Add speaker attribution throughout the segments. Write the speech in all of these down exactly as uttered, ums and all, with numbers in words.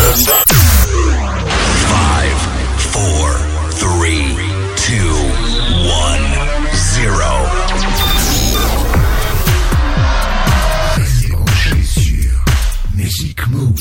Speaker 1: Five, four, three, two, one, zero.
Speaker 2: Branchez sur Music Move.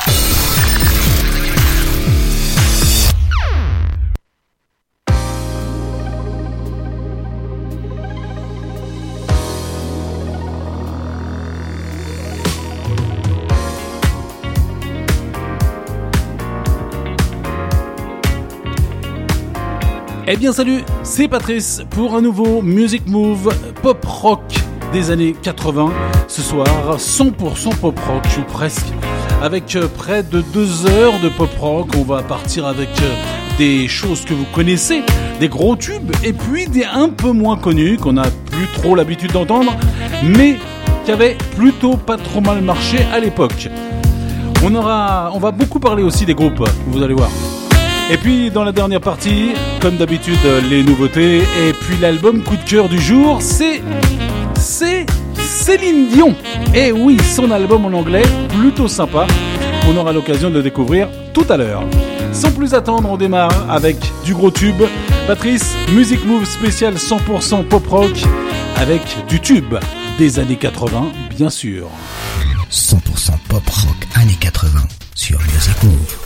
Speaker 3: Eh bien salut, c'est Patrice pour un nouveau Music Move pop rock des années quatre-vingts. Ce soir, cent pour cent pop rock, ou presque. Avec près de deux heures de pop rock, on va partir avec des choses que vous connaissez, des gros tubes, et puis des un peu moins connus, qu'on n'a plus trop l'habitude d'entendre, mais qui avaient plutôt pas trop mal marché à l'époque. On aura, on va beaucoup parler aussi des groupes, vous allez voir. Et puis dans la dernière partie, comme d'habitude, les nouveautés. Et puis l'album coup de cœur du jour, c'est c'est Céline Dion. Et oui, son album en anglais, plutôt sympa. On aura l'occasion de le découvrir tout à l'heure. Sans plus attendre, on démarre avec du gros tube. Patrice, Music Move spécial cent pour cent pop rock avec du tube des années quatre-vingts, bien sûr.
Speaker 2: cent pour cent pop rock années quatre-vingts sur Music Move.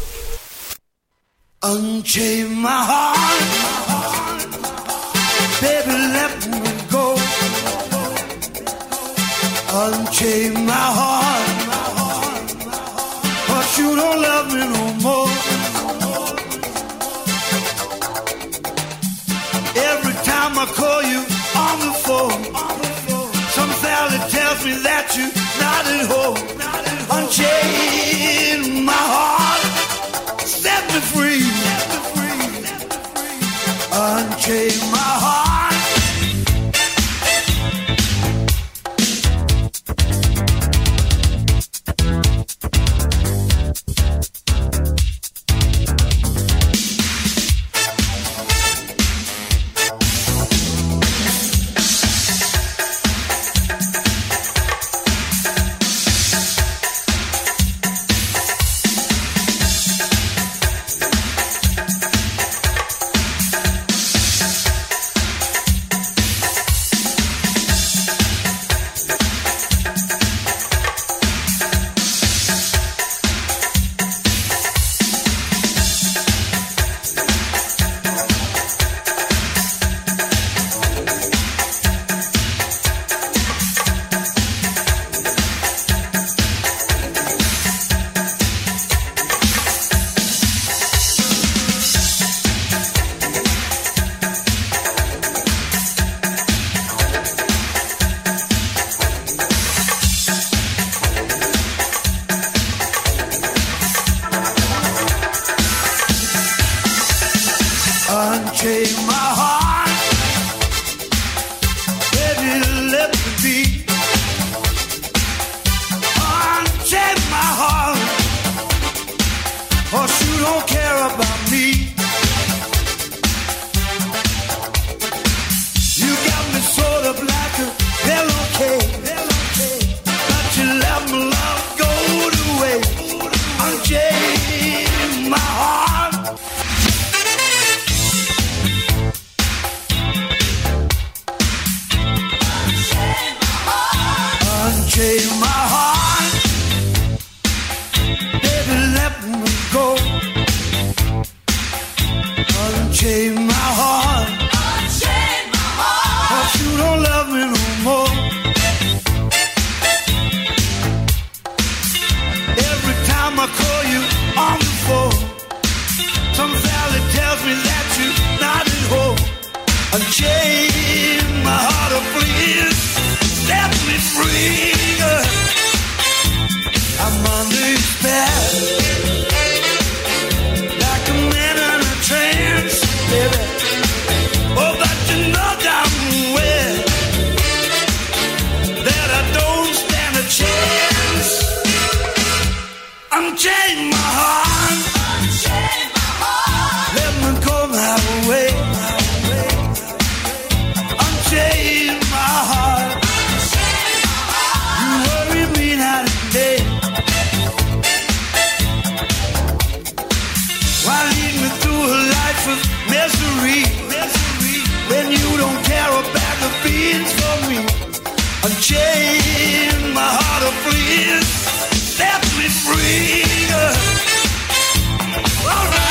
Speaker 4: Unchain my heart, baby, let me go. Unchain my heart, but you don't love me no more. Every time I call you on the phone, some fella tells me that you're not at home. Unchain my heart, set me free. Unchain my heart. please set me free. All right.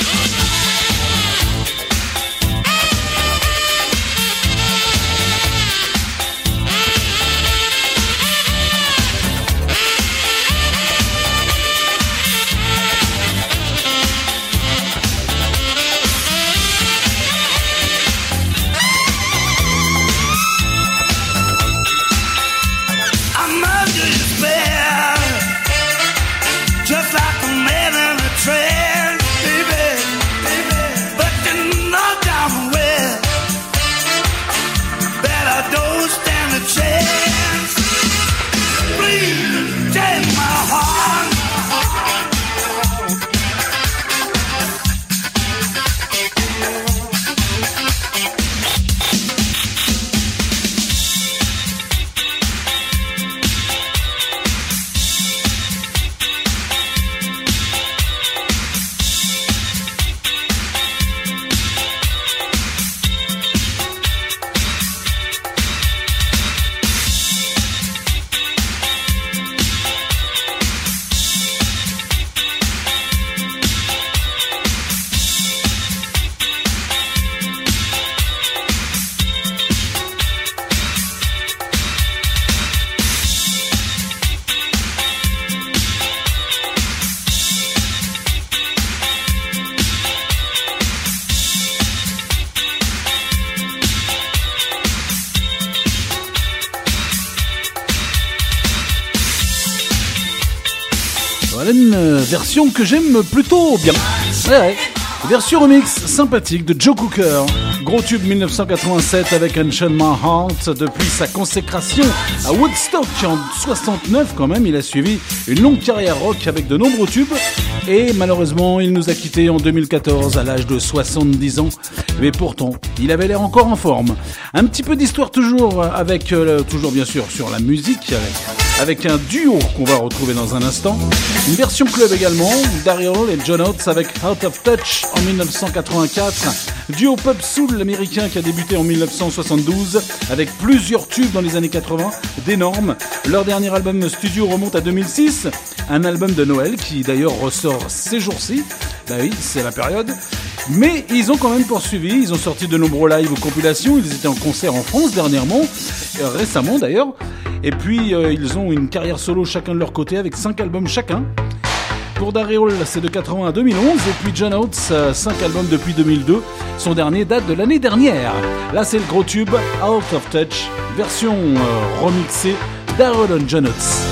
Speaker 3: Une version que j'aime plutôt bien. Ouais, ouais. Version remix sympathique de Joe Cooker. Gros tube dix-neuf cent quatre-vingt-sept avec Unchain My Heart. Depuis sa consécration à Woodstock en soixante-neuf quand même, il a suivi une longue carrière rock avec de nombreux tubes. Et malheureusement, il nous a quittés en deux mille quatorze à l'âge de soixante-dix ans. Mais pourtant, il avait l'air encore en forme. Un petit peu d'histoire toujours avec, euh, toujours bien sûr sur la musique, avec, avec un duo qu'on va retrouver dans un instant. Une version club également, Daryl et John Oates avec Out of Touch en dix-neuf cent quatre-vingt-quatre. Duo pop soul américain qui a débuté en dix-neuf cent soixante-douze avec plusieurs tubes dans les années quatre-vingts, d'énormes. Leur dernier album studio remonte à deux mille six, un album de Noël qui d'ailleurs ressort ces jours-ci. Bah oui, c'est la période. Mais ils ont quand même poursuivi, ils ont sorti de nombreux lives ou compilations, ils étaient en concert en France dernièrement, euh, récemment d'ailleurs, et puis euh, ils ont une carrière solo chacun de leur côté avec cinq albums chacun. Pour Daryl, c'est de quatre-vingts à deux mille onze, et puis John Oates, euh, cinq albums depuis deux mille deux, son dernier date de l'année dernière. Là c'est le gros tube, Out of Touch, version euh, remixée, Daryl et John Oates.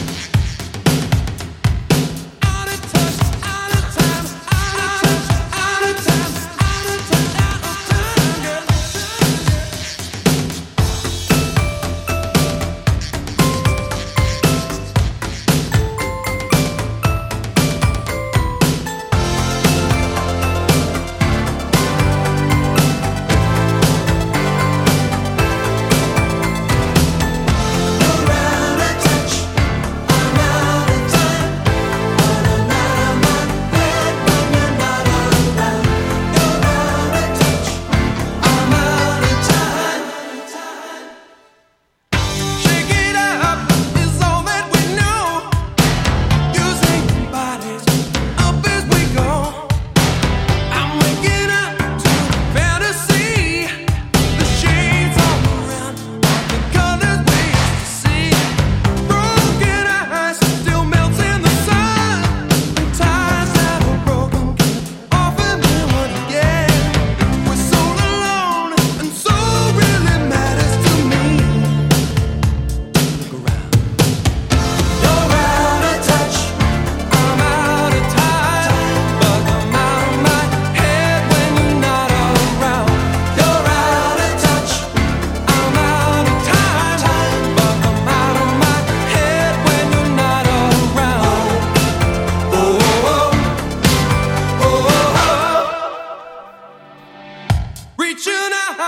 Speaker 5: Out of touch,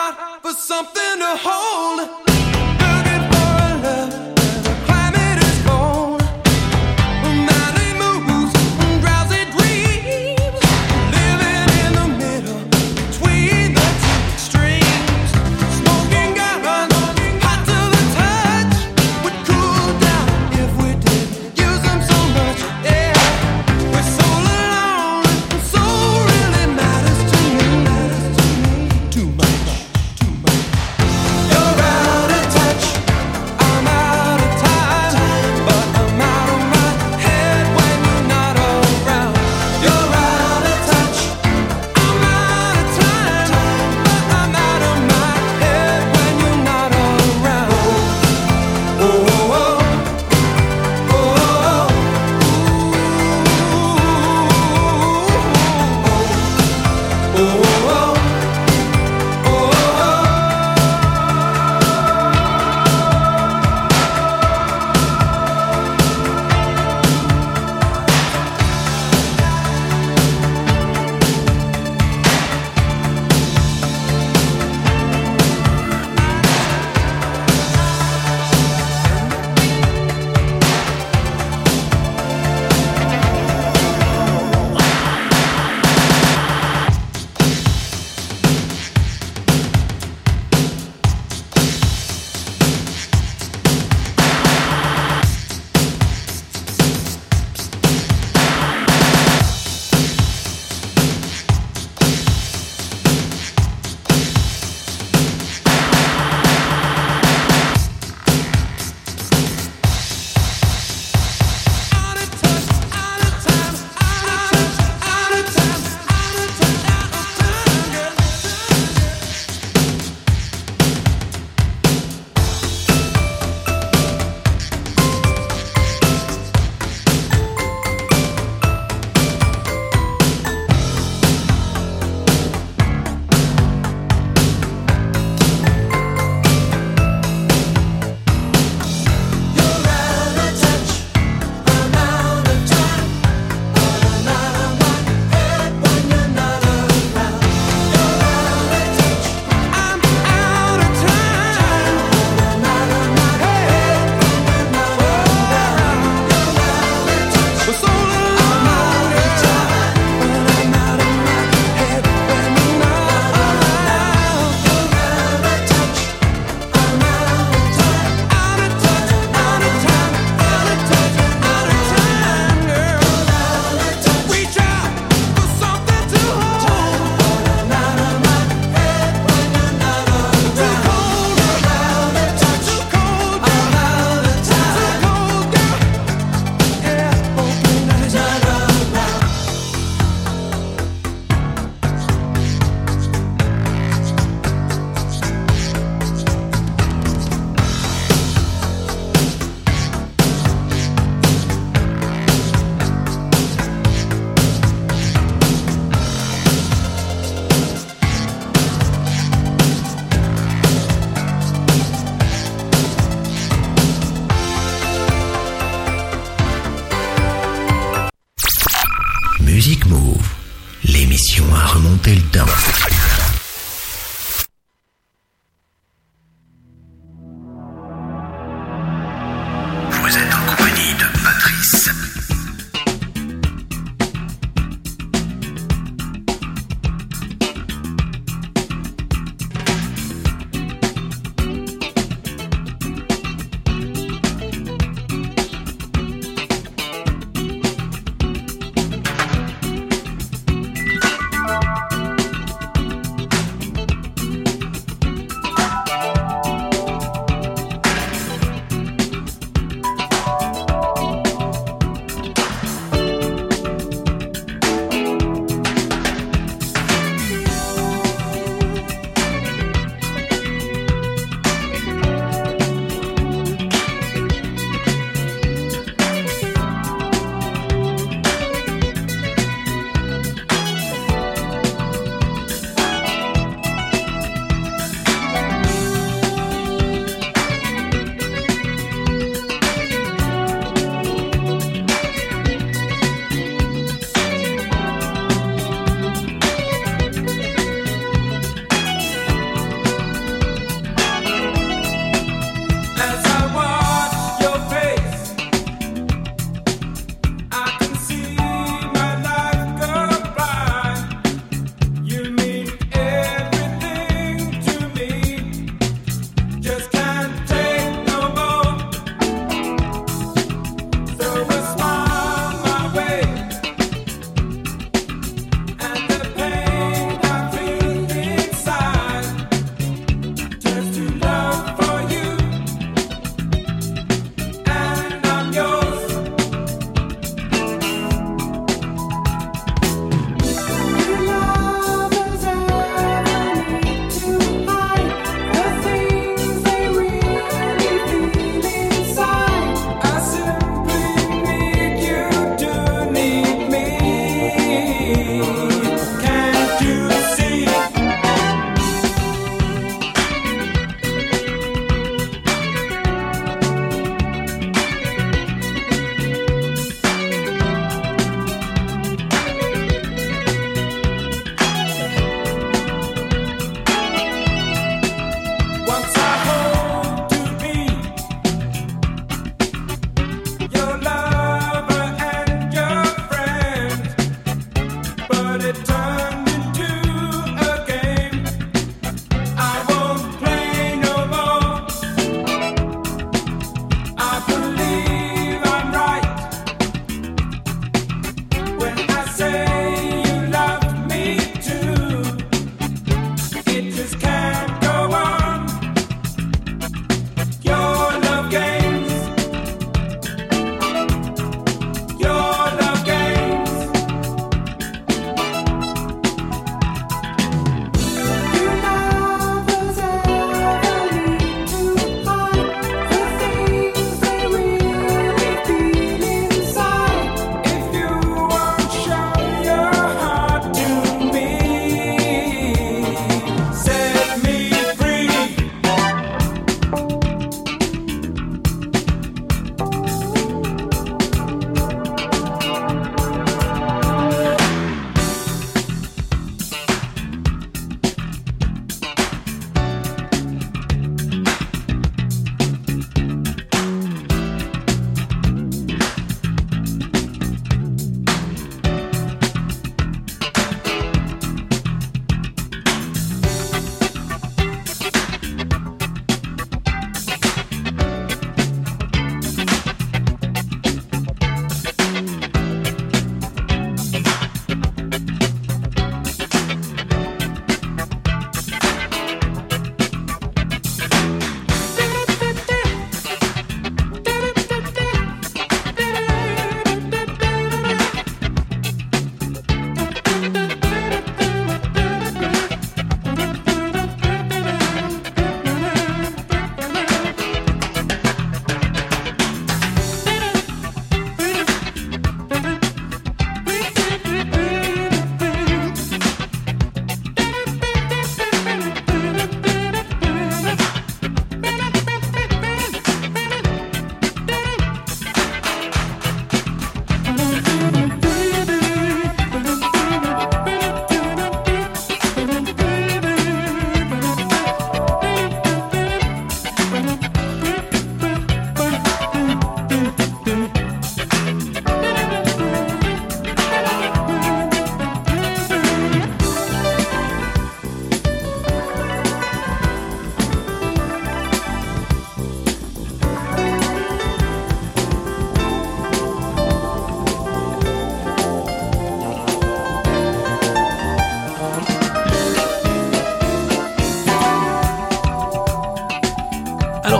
Speaker 5: out for something to hold. Looking for a love, the climate is cold. Mountain moves, drowsy dreams, living in the middle between the two extremes. Smoking gun, hot to the touch, would cool down if we did use them so much. Yeah, we're so alone, so really matters to me. Too much, too much. You're out of touch, I'm out of time, but I'm out of my head when you're not around. You're out of touch, I'm out of time, but I'm out of my head when you're not around. Oh, oh, oh, oh, oh, oh, oh, oh, oh.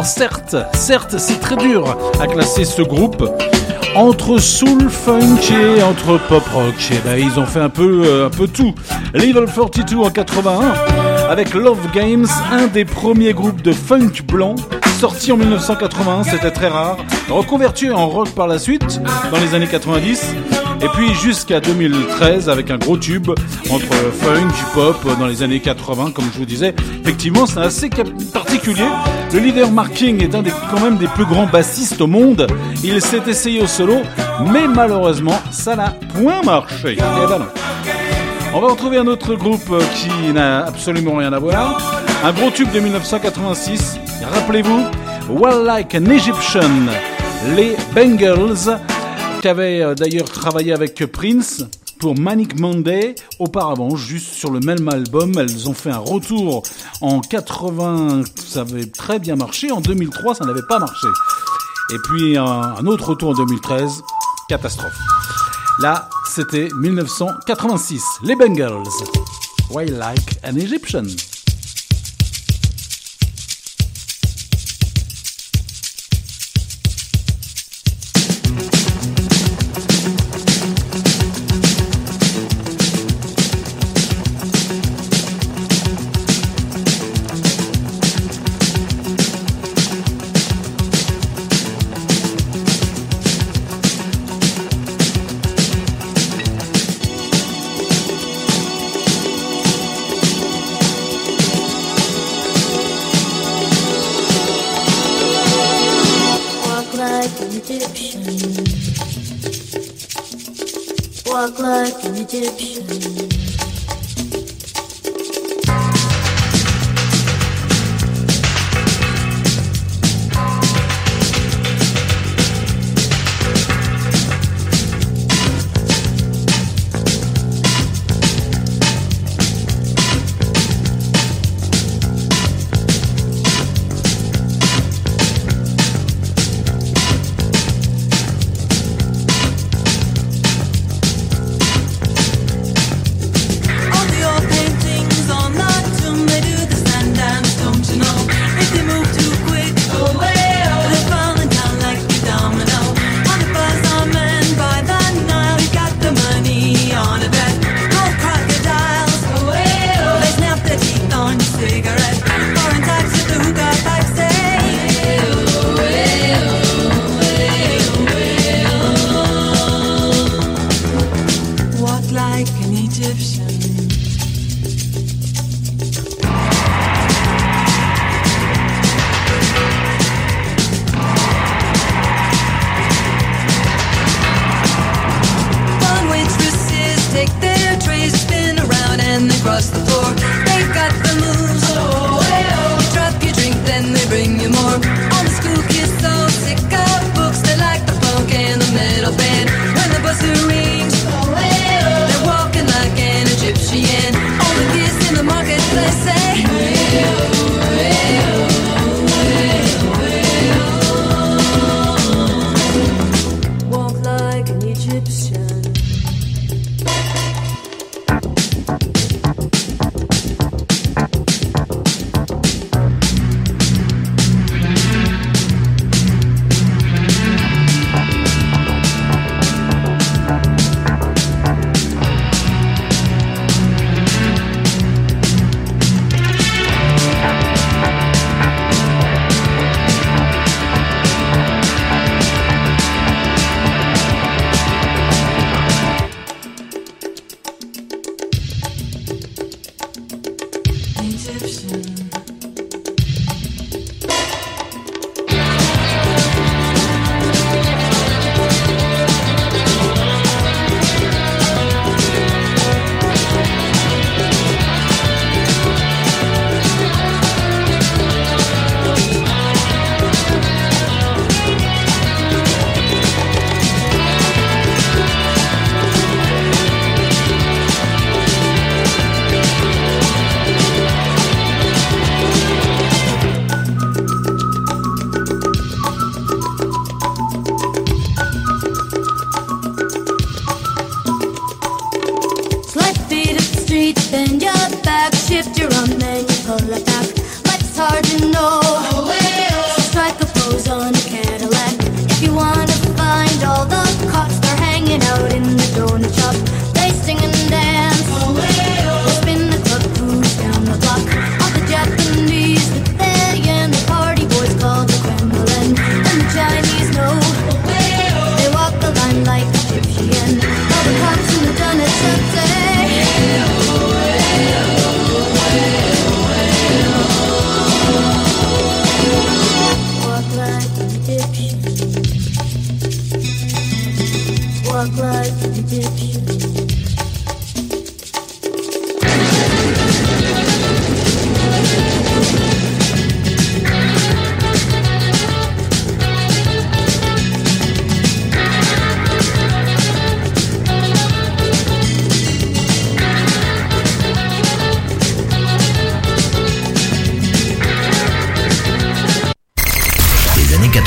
Speaker 3: Alors certes, certes, c'est très dur à classer ce groupe entre soul funk et entre pop rock. Et ben, ils ont fait un peu, euh, un peu tout. Level quarante-deux en quatre-vingt-un avec Love Games, un des premiers groupes de funk blanc sorti en dix-neuf cent quatre-vingt-un, c'était très rare, reconverti en rock par la suite dans les années quatre-vingt-dix. Et puis jusqu'à deux mille treize avec un gros tube entre funk, pop dans les années quatre-vingts, comme je vous disais. Effectivement, c'est assez particulier. Le leader Mark King est un des, quand même des plus grands bassistes au monde. Il s'est essayé au solo, mais malheureusement, ça n'a point marché. Et ben non. On va retrouver un autre groupe qui n'a absolument rien à voir. Un gros tube de dix-neuf cent quatre-vingt-six. Rappelez-vous, Well Like an Egyptian, les Bengals, qui avaient d'ailleurs travaillé avec Prince pour Manic Monday. Auparavant, juste sur le même album, elles ont fait un retour en quatre-vingts, ça avait très bien marché. En deux mille trois, ça n'avait pas marché. Et puis un, un autre retour en deux mille treize, catastrophe. Là, c'était dix-neuf cent quatre-vingt-six, les Bengals. Why Like an Egyptian?
Speaker 6: Walk like an Egyptian.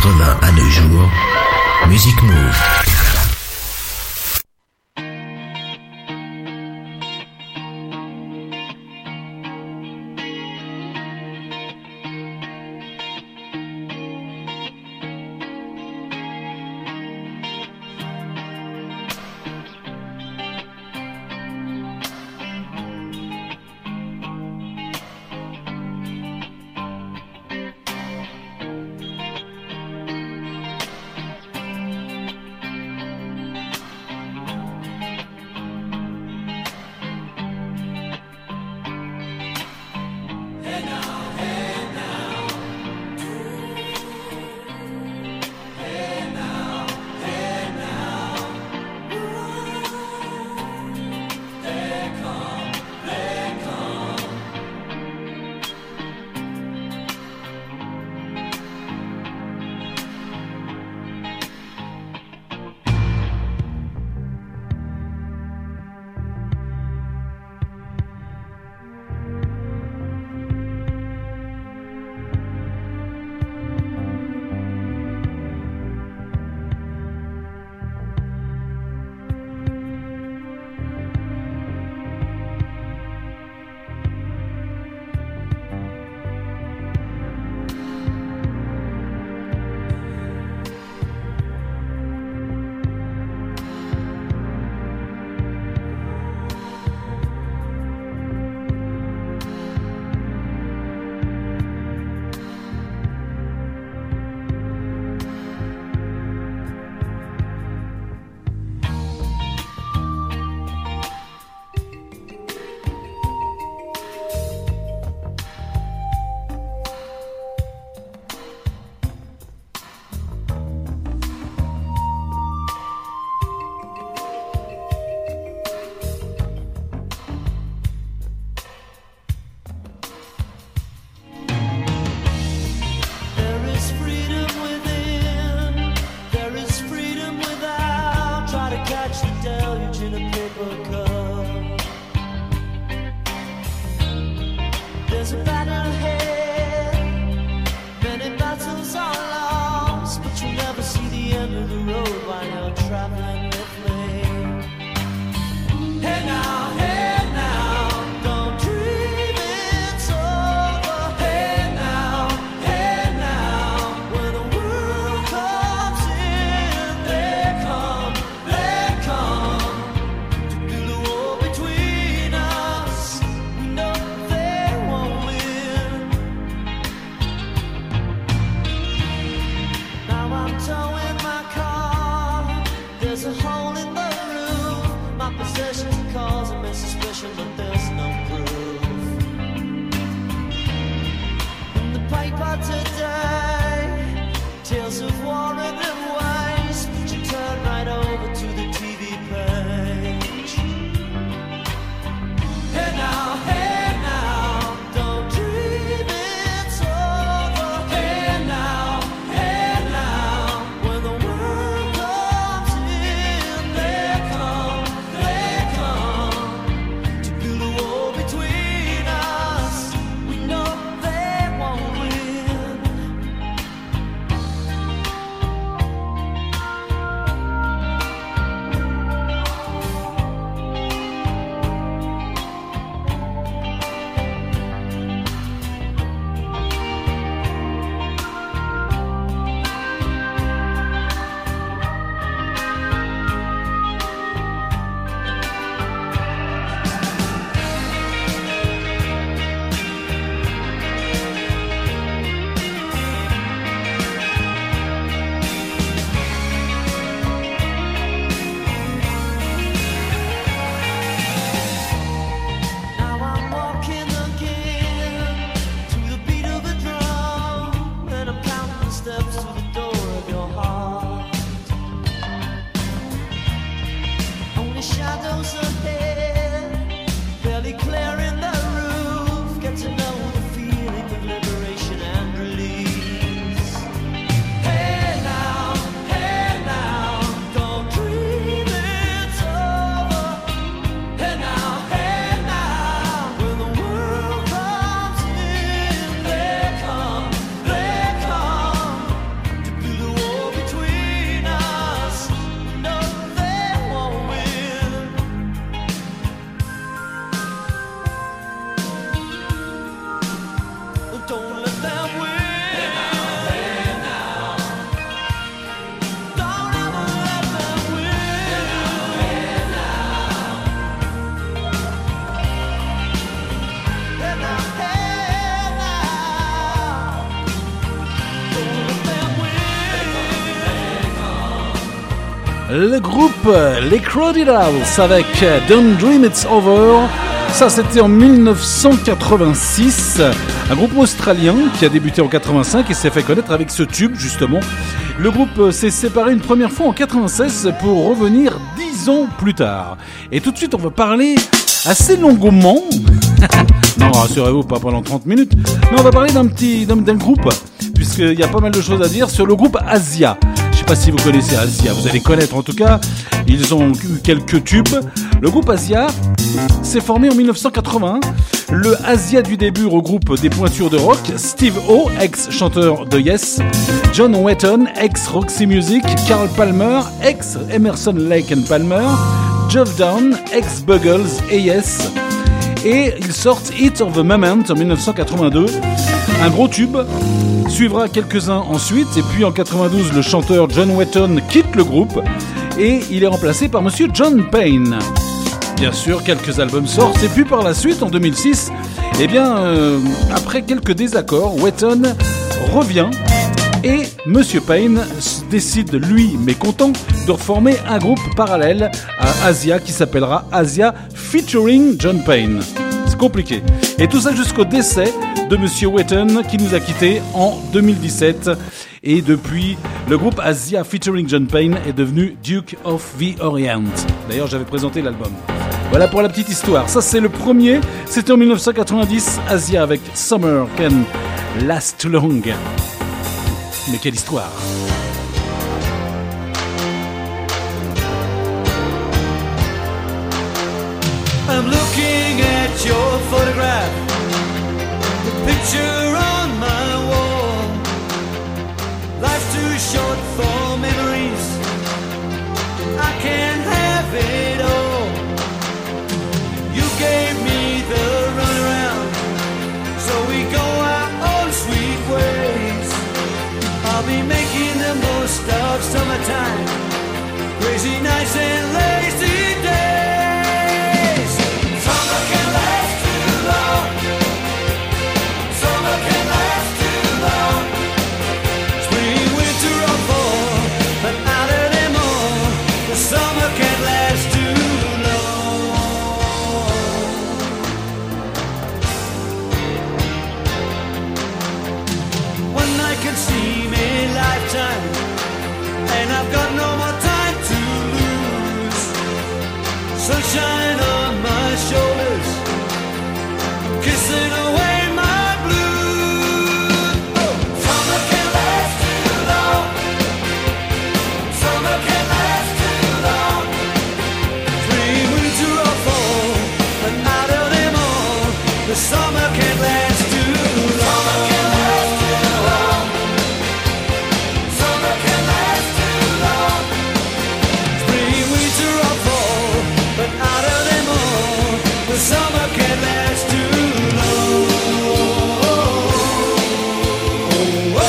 Speaker 2: quatre-vingts à nos jours, Music Move.
Speaker 5: Between us, we know they won't win.
Speaker 3: Le groupe Les Crocodiles avec Don't Dream It's Over. Ça, c'était en dix-neuf cent quatre-vingt-six. Un groupe australien qui a débuté en quatre-vingt-cinq et s'est fait connaître avec ce tube, justement. Le groupe s'est séparé une première fois en quatre-vingt-seize pour revenir dix ans plus tard. Et tout de suite, on va parler assez longuement. Non, rassurez-vous, pas pendant trente minutes. Mais on va parler d'un petit, d'un, d'un groupe, puisqu'il y a pas mal de choses à dire sur le groupe Asia. Je sais pas si vous connaissez Asia, vous allez connaître en tout cas. Ils ont eu quelques tubes. Le groupe Asia s'est formé en dix-neuf cent quatre-vingt-un. Le Asia du début regroupe des pointures de rock. Steve O, ex-chanteur de Yes. John Wetton, ex-Roxy Music. Carl Palmer, ex-Emerson, Lake and Palmer. Geoff Down, ex-Buggles et Yes. Et ils sortent Hit of the Moment en dix-neuf cent quatre-vingt-deux. Un gros tube. Suivra quelques-uns ensuite. Et puis en quatre-vingt-douze, le chanteur John Wetton quitte le groupe. Et il est remplacé par monsieur John Payne. Bien sûr, quelques albums sortent. Et puis par la suite, en deux mille six, eh bien, euh, après quelques désaccords, Wetton revient. Et monsieur Payne décide, lui, mécontent, de reformer un groupe parallèle à Asia qui s'appellera Asia featuring John Payne. C'est compliqué. Et tout ça jusqu'au décès de monsieur Wetton qui nous a quittés en deux mille dix-sept. Et depuis, le groupe Asia featuring John Payne est devenu Duke of the Orient. D'ailleurs, j'avais présenté l'album. Voilà pour la petite histoire. Ça, c'est le premier. C'était en dix-neuf cent quatre-vingt-dix, Asia avec Summer Can Last Too Long. Mais quelle histoire!
Speaker 4: I'm looking at your photograph, the picture on my wall. Life's too short for memories, I can't have it all. You gave me the runaround, so we go our own sweet ways. I'll be making the most of summertime, crazy nights and lazy days. Summer can last too long, summer can last too long. Spring, winter or fall, but out of them all, the summer can last too long. One night can seem a lifetime, and I've got no more time to lose. Sunshine on my shoulders, kissing away my blues. Oh, summer can last too long, summer can last too long. Spring, winter or fall, but out of them all, the summer can last too long. Summer can last too long, summer can last too long. Spring, winter or fall, but out of them all, the summer can last too long. Oh,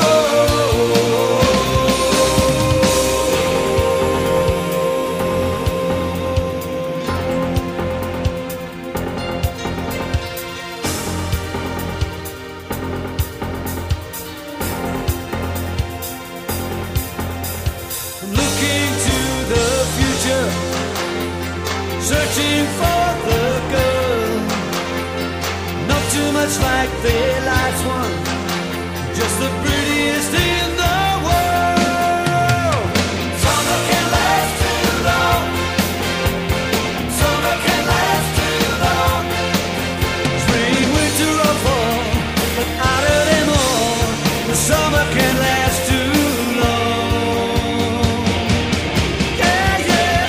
Speaker 4: I'm looking to the future, searching for the girl. Not too much like their last one, just the prettiest in the world. Summer can last too long, summer can last too long. Spring, winter or fall, but out of them all, the summer can last too long. Yeah, yeah.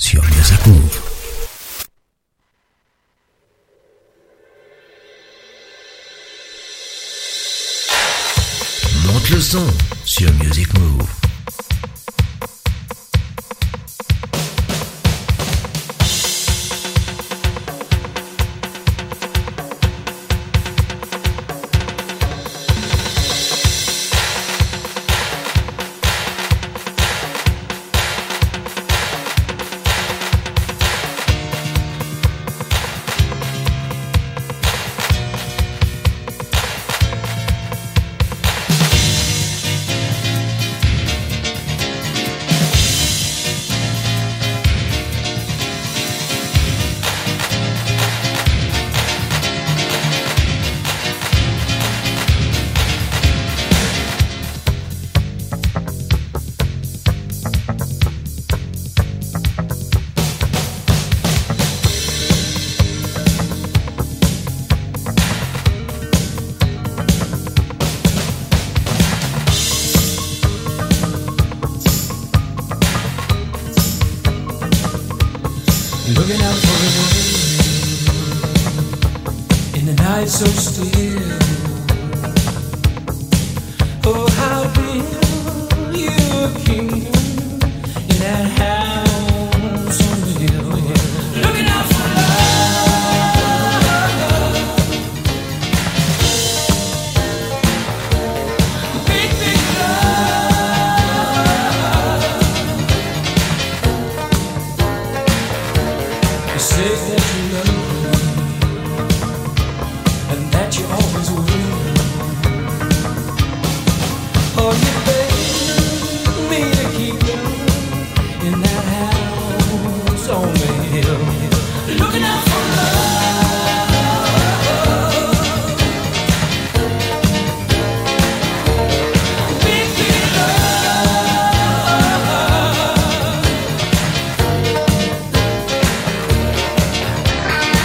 Speaker 2: sur Music Move. Monte le son sur Music Move.
Speaker 7: Looking out for the wind in the night so still. Oh, how build your kingdom in that house on the hill. Looking out for love, big, big love. You say that you love me and that you always will. Oh, you beg me to keep you in that house on the hill. Looking out for love, big, big love.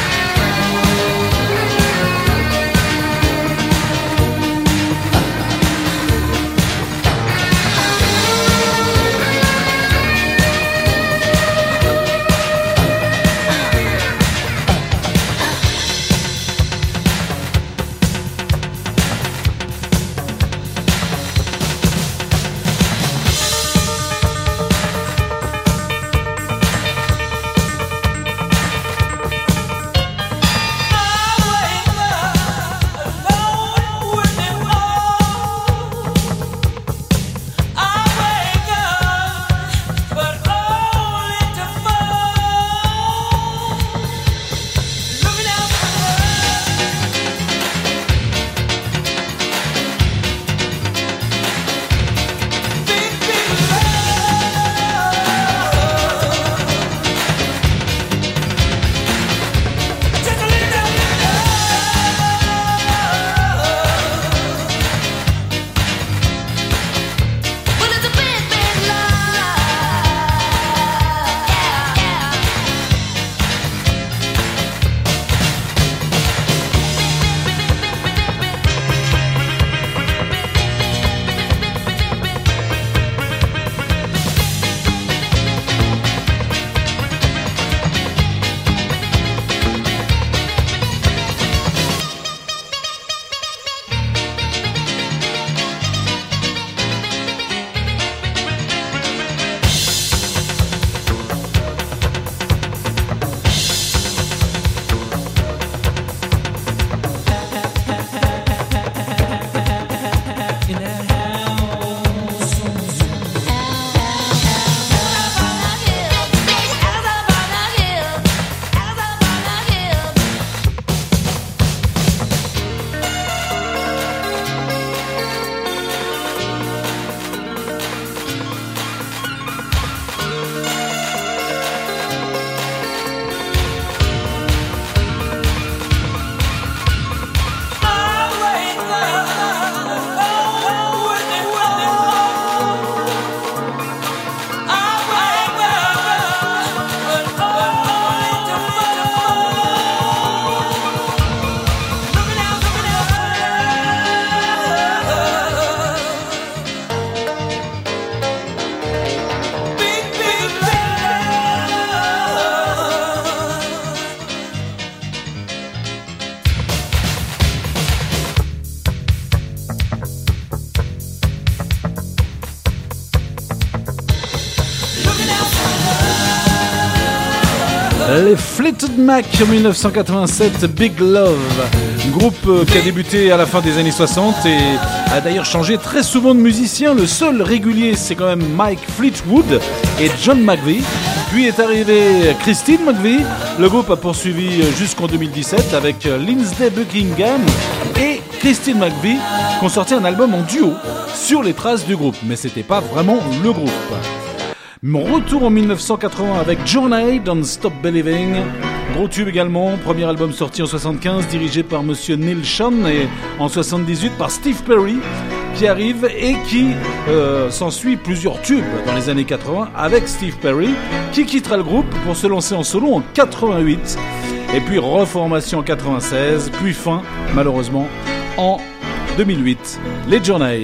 Speaker 3: Les Fleetwood Mac en mille neuf cent quatre-vingt-sept, Big Love, groupe qui a débuté à la fin des années soixante et a d'ailleurs changé très souvent de musicien. Le seul régulier, c'est quand même Mike Fleetwood et John McVie. Puis est arrivé Christine McVie. Le groupe a poursuivi jusqu'en deux mille dix-sept avec Lindsey Buckingham et Christine McVie qui ont sorti un album en duo sur les traces du groupe. Mais c'était pas vraiment le groupe. Mon retour en mille neuf cent quatre-vingts avec Journey, Don't Stop Believing. Gros tube également, premier album sorti en soixante-quinze, dirigé par Monsieur Neil Schon, et en soixante-dix-huit par Steve Perry, qui arrive et qui euh, s'ensuit plusieurs tubes dans les années quatre-vingts avec Steve Perry, qui quittera le groupe pour se lancer en solo en quatre-vingt-huit, et puis reformation en quatre-vingt-seize, puis fin, malheureusement, en deux mille huit. Les Journey.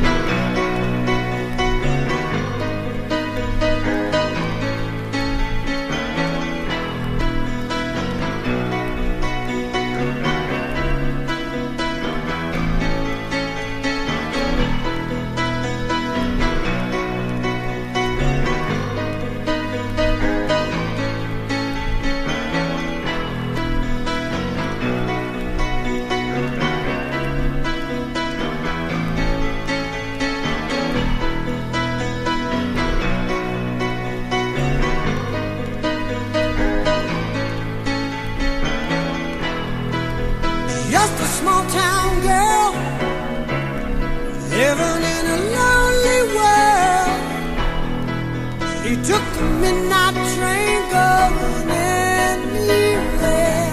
Speaker 8: Just a small town girl living in a lonely world. She took the midnight train going anywhere.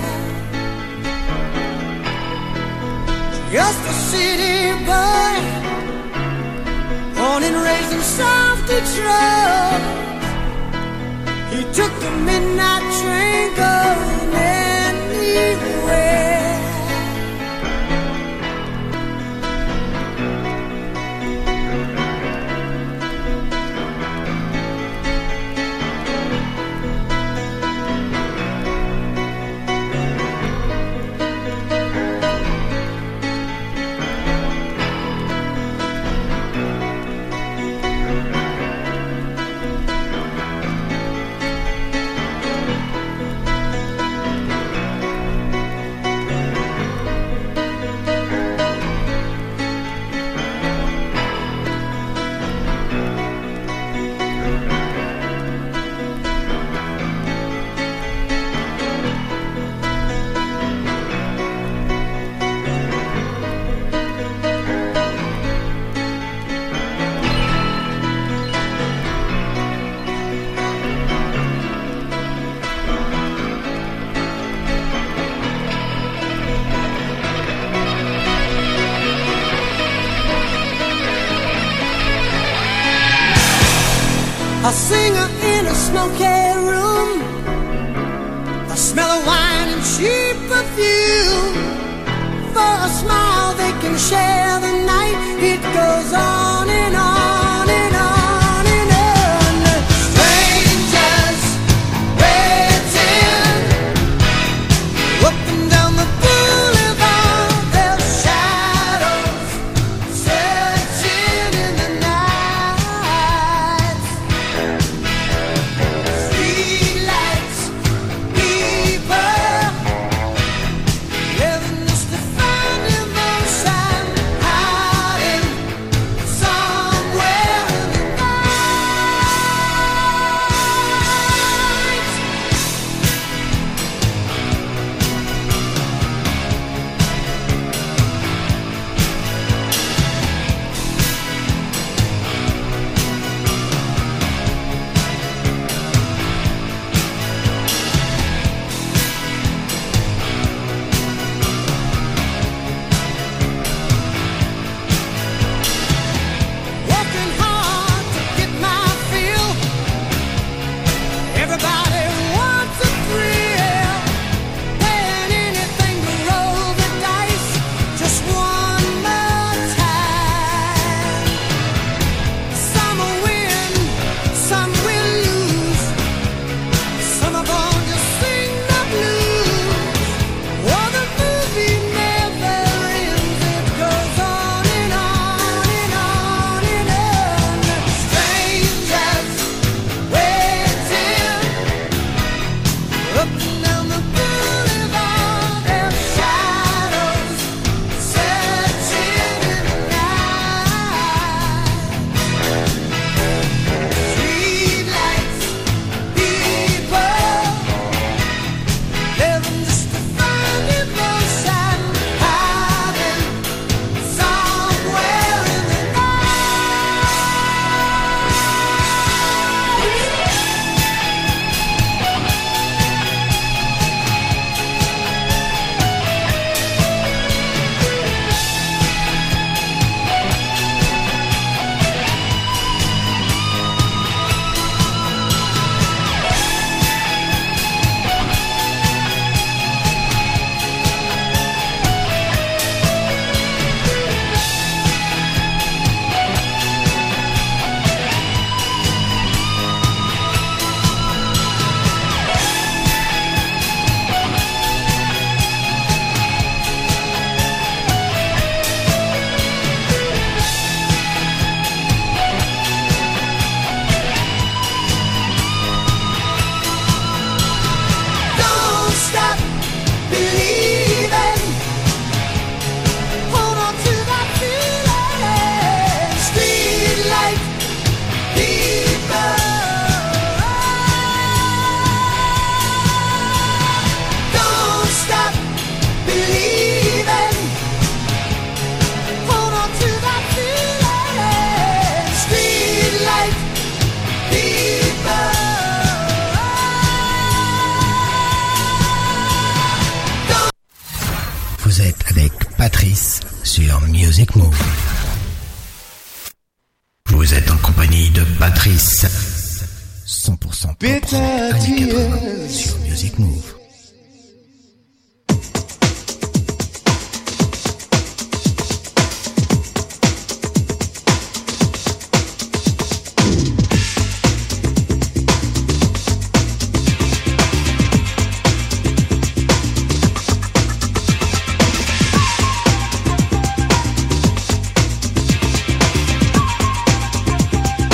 Speaker 8: Just a city boy, born and raised in South Detroit. He took the midnight train going anywhere. A singer in a smoky room, the smell of wine and cheap perfume. For a smile they can share the night. It goes on and on and on and on. Strangers waiting up and down the boulevard, their shadows searching in the night. Streetlights, people living just to find emotion, hiding
Speaker 2: sur Music Move. Vous êtes en compagnie de Patrice. cent pour cent pop rock années quatre-vingts sur Music Move.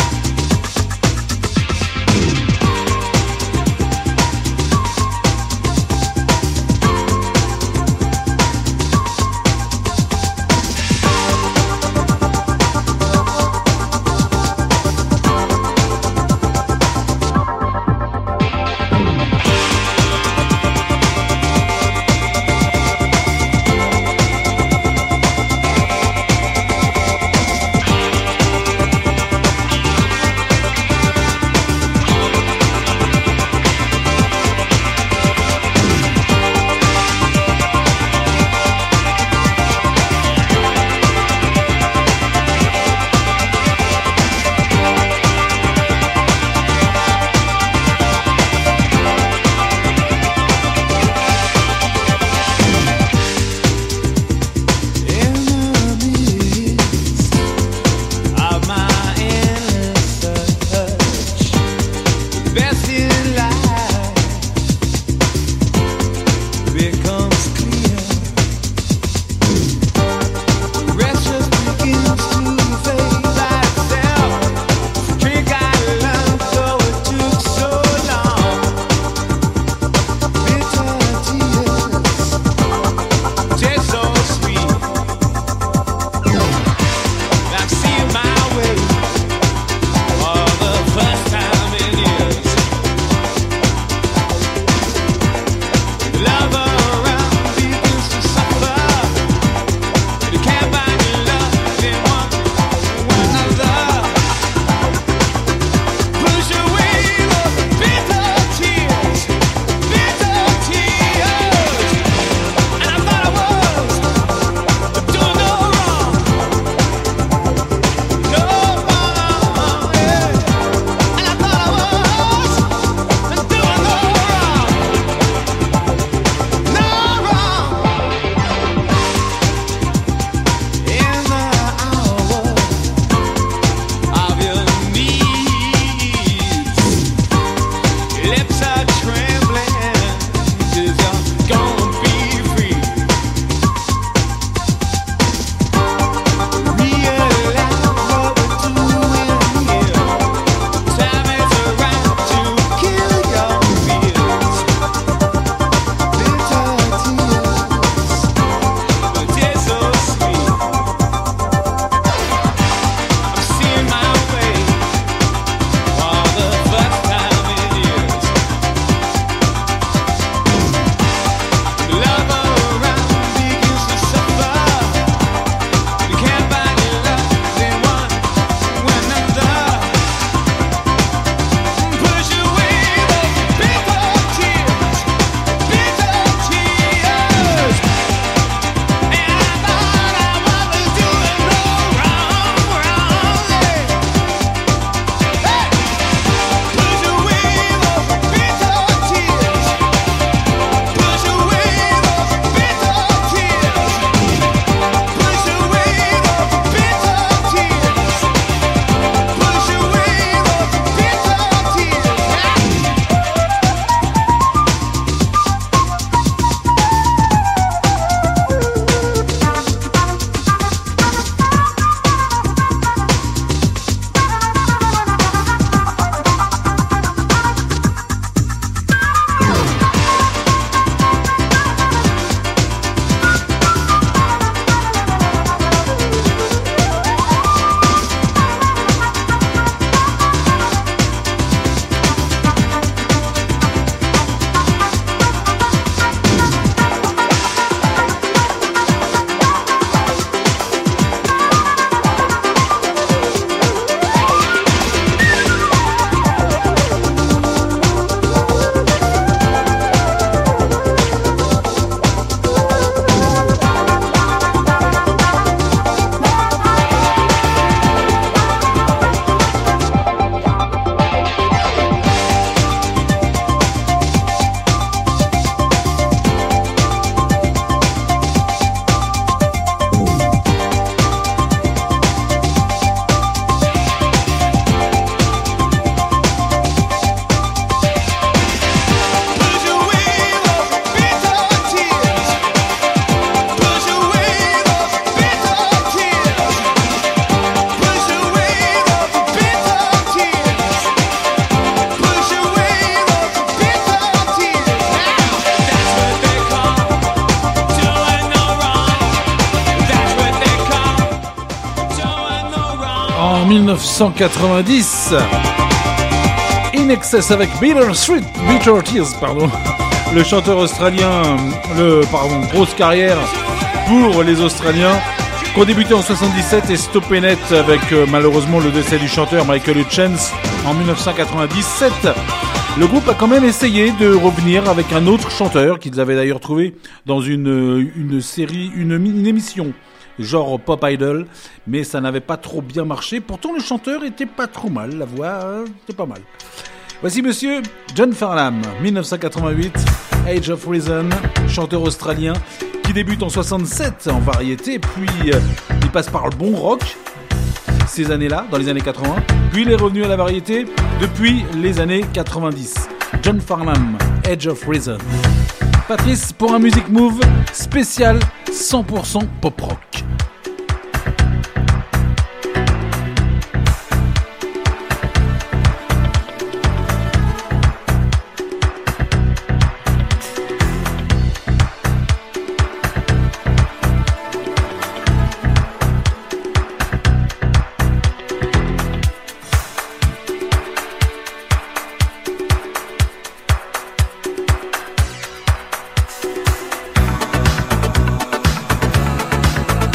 Speaker 8: Thank
Speaker 3: mille neuf cent quatre-vingt-dix. In Excess avec Bitter Street, Bitter Tears, pardon. Le chanteur australien, le, pardon, grosse carrière pour les Australiens, qui ont débuté en soixante-dix-sept et stoppé net avec euh, malheureusement le décès du chanteur Michael Hutchence en mille neuf cent quatre-vingt-dix-sept. Le groupe a quand même essayé de revenir avec un autre chanteur qu'ils avaient d'ailleurs trouvé dans une, une série, une, une émission genre Pop Idol, mais ça n'avait pas trop bien marché. Pourtant le chanteur était pas trop mal, la voix euh, était pas mal. Voici monsieur John Farnham, mille neuf cent quatre-vingt-huit, Age of Reason, chanteur australien qui débute en soixante-sept en variété, puis euh, il passe par le bon rock ces années-là, dans les années quatre-vingts, puis il est revenu à la variété depuis les années quatre-vingt-dix. John Farnham, Age of Reason. Patrice pour un Music Move spécial cent pour cent pop rock.
Speaker 8: Thank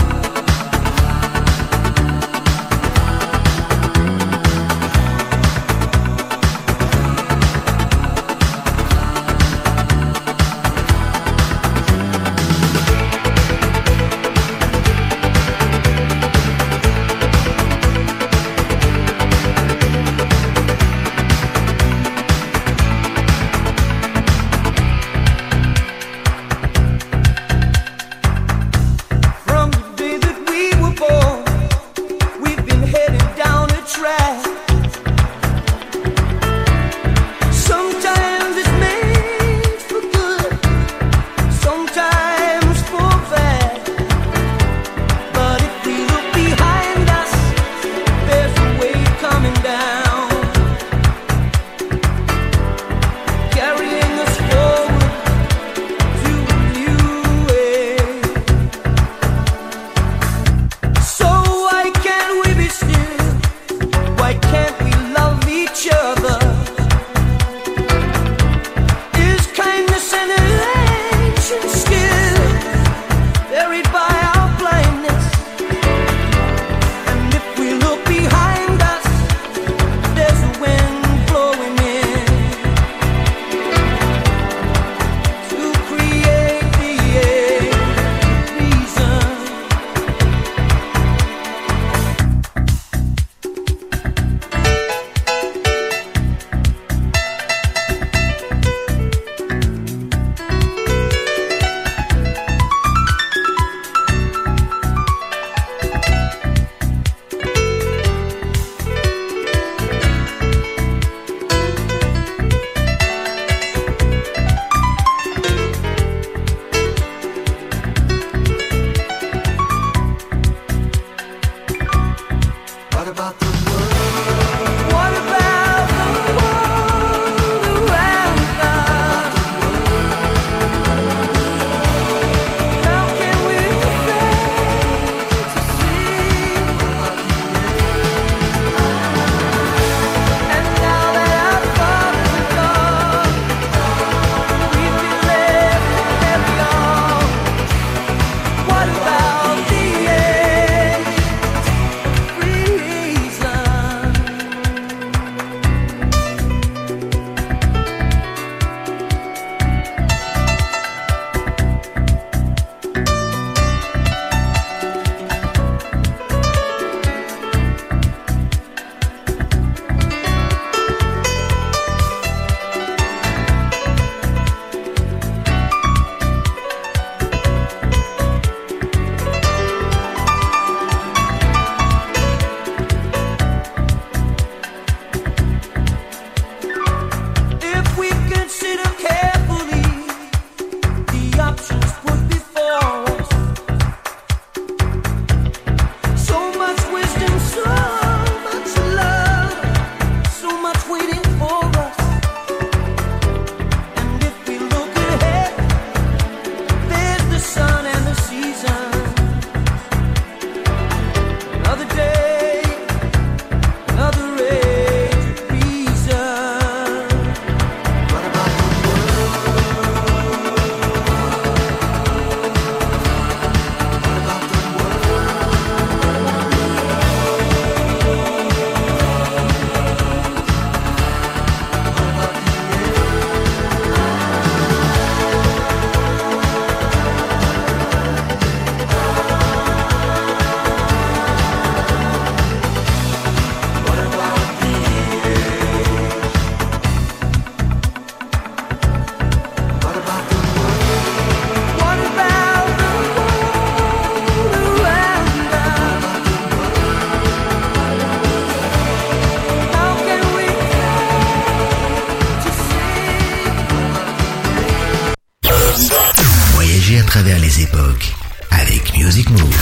Speaker 2: Voyagez à travers les époques avec Music Move.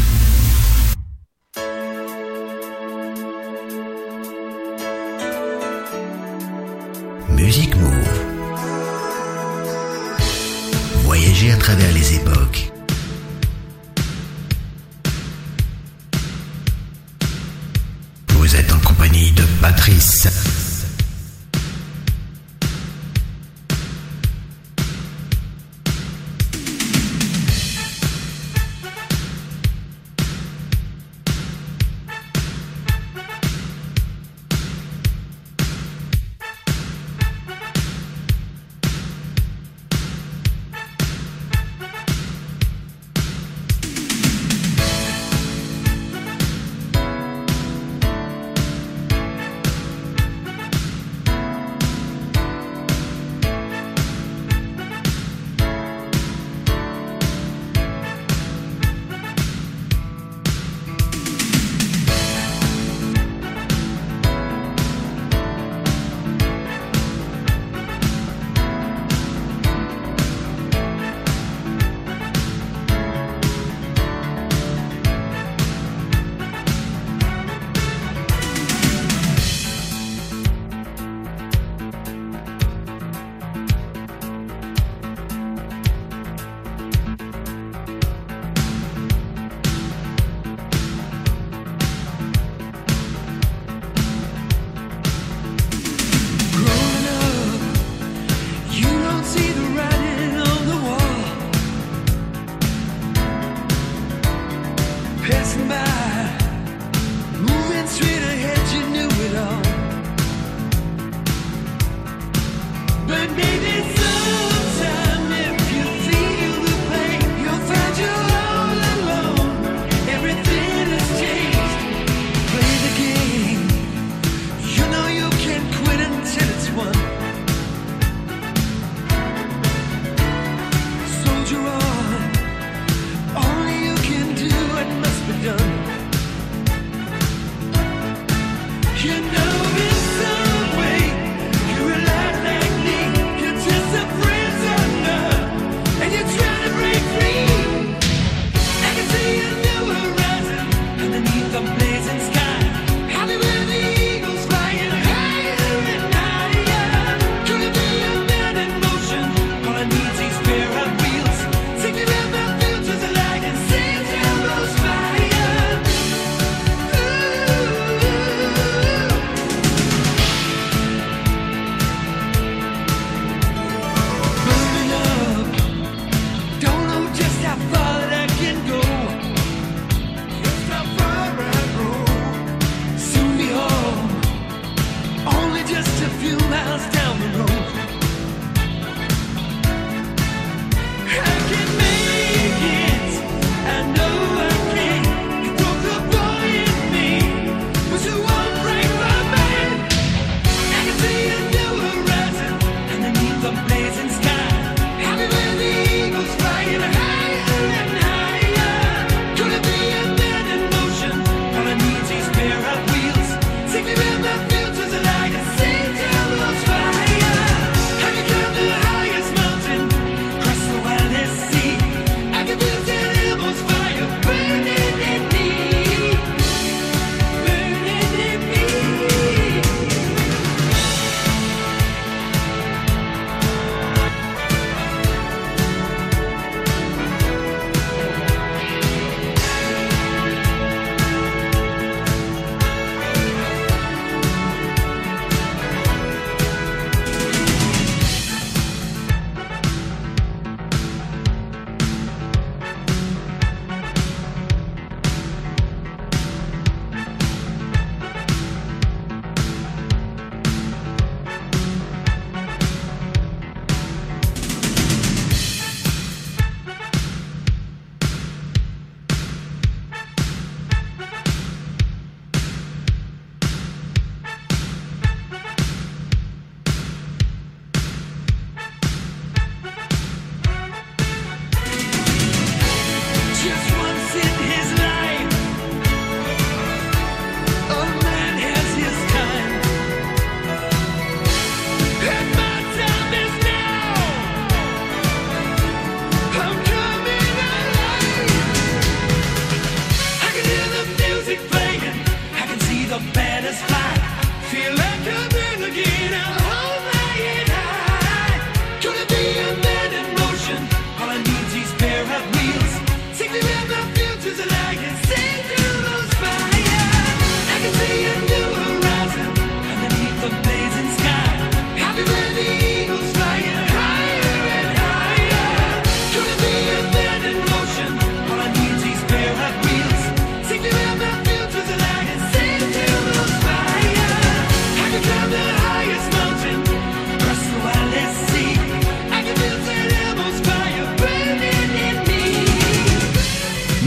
Speaker 2: Music Move. Voyagez à travers les époques. Vous êtes en compagnie de Patrice.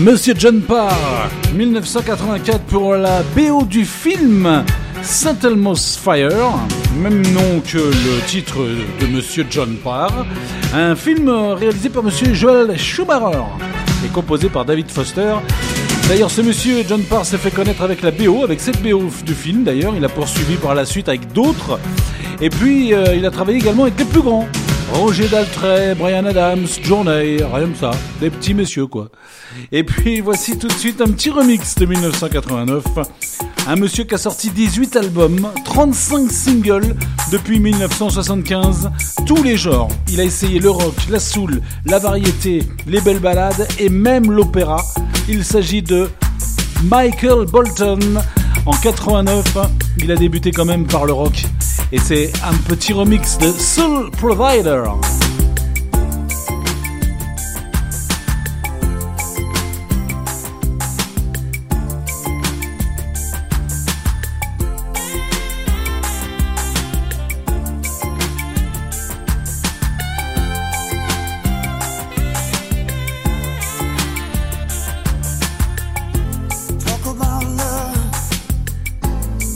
Speaker 3: Monsieur John Parr, dix-neuf cent quatre-vingt-quatre pour la B O du film Saint Elmo's Fire, même nom que le titre de Monsieur John Parr, un film réalisé par Monsieur Joel Schumacher et composé par David Foster. D'ailleurs, ce monsieur John Parr s'est fait connaître avec la B O, avec cette B O du film d'ailleurs, il a poursuivi par la suite avec d'autres, et puis euh, il a travaillé également avec les plus grands. Roger Daltrey, Bryan Adams, Journey, rien que ça, des petits messieurs quoi. Et puis voici tout de suite un petit remix de dix-neuf cent quatre-vingt-neuf. Un monsieur qui a sorti dix-huit albums, trente-cinq singles depuis dix-neuf cent soixante-quinze, tous les genres. Il a essayé le rock, la soul, la variété, les belles ballades et même l'opéra. Il s'agit de Michael Bolton. En quatre-vingt-neuf, il a débuté quand même par le rock. Et c'est un petit remix de Soul Provider.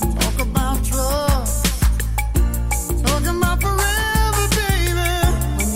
Speaker 8: Talking about forever, baby.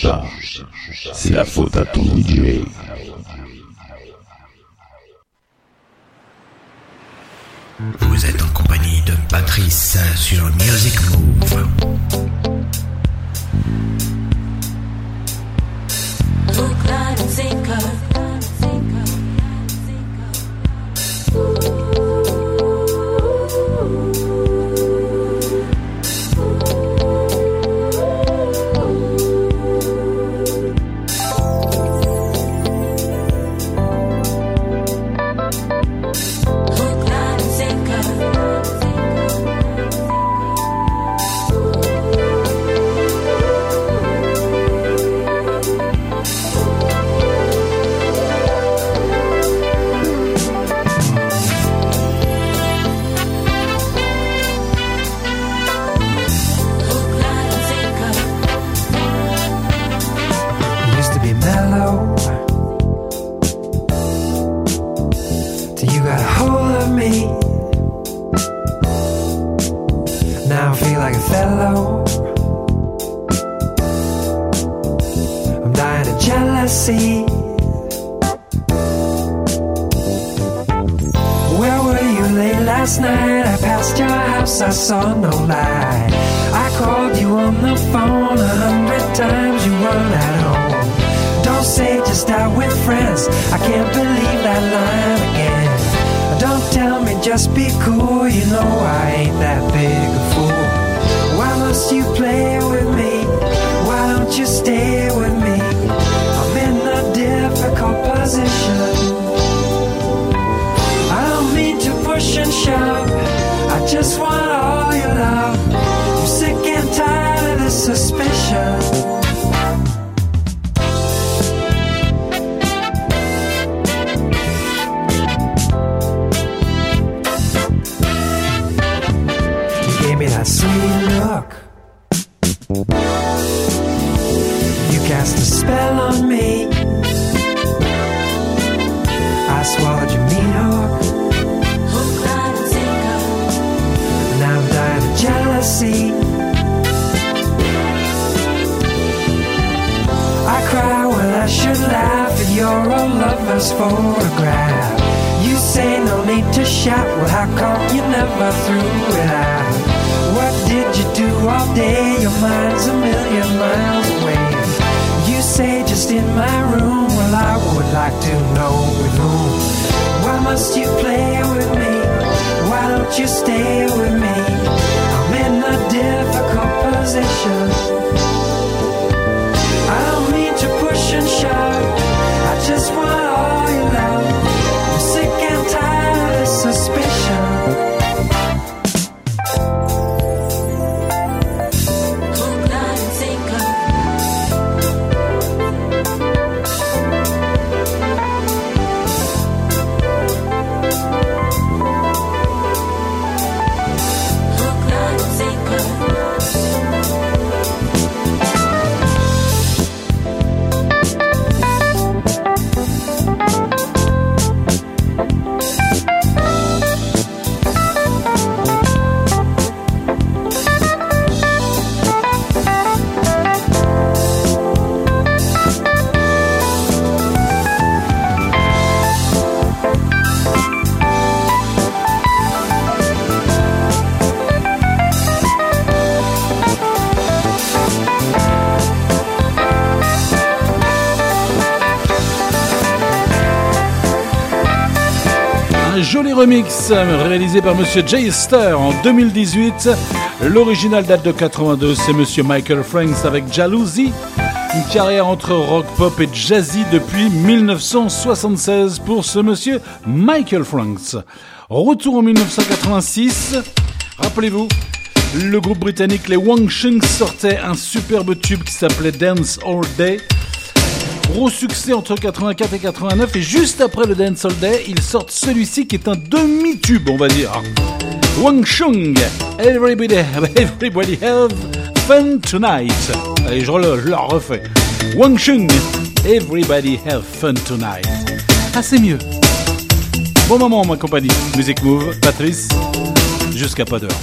Speaker 9: ça, c'est la faute à ton D J.
Speaker 2: Vous êtes en compagnie de Patrice sur Music Move.
Speaker 10: Hook, line, and sinker.
Speaker 7: I saw no light. I called you on the phone a hundred times, you weren't at home. Don't say just out with friends, I can't believe that line again. Don't tell me just be cool, you know I ain't that big a fool. Why must you play with me? Why don't you stay with me? I'm in a difficult position. I don't mean to push and shove, I just want all your love. I'm sick and tired of this suspicion. You gave me that sweet look. You cast a spell on me. I swallowed your meat hook. Jealousy. I cry when I should laugh at your old lover's photograph. You say no need to shout, well how come you never threw it out? What did you do all day? Your mind's a million miles away. You say just in my room, well I would like to know with whom. Why must you play with me? Why don't you stay with me? I'm in a difficult position. I don't mean to push and shove, I just want all your love. I'm sick and tired of this suspicion. Hook, line, and sinker.
Speaker 3: Joli remix réalisé par Monsieur Jay Star en deux mille dix-huit. L'original date de quatre-vingt-deux, c'est Monsieur Michael Franks avec Jalousie. Une carrière entre rock, pop et jazzy depuis dix-neuf cent soixante-seize pour ce Monsieur Michael Franks. Retour en dix-neuf cent quatre-vingt-six. Rappelez-vous, le groupe britannique les Wang Chung sortait un superbe tube qui s'appelait Dance All Day. Gros succès entre quatre-vingt-quatre et quatre-vingt-neuf, et juste après le Dance All Day, ils sortent celui-ci qui est un demi-tube, on va dire. Wang Chung, Everybody, everybody have fun tonight. Allez, je le, je le refais. Wang Chung, Everybody have fun tonight. Ah, c'est mieux. Bon moment, ma compagnie. Music Move, Patrice, jusqu'à pas d'heure.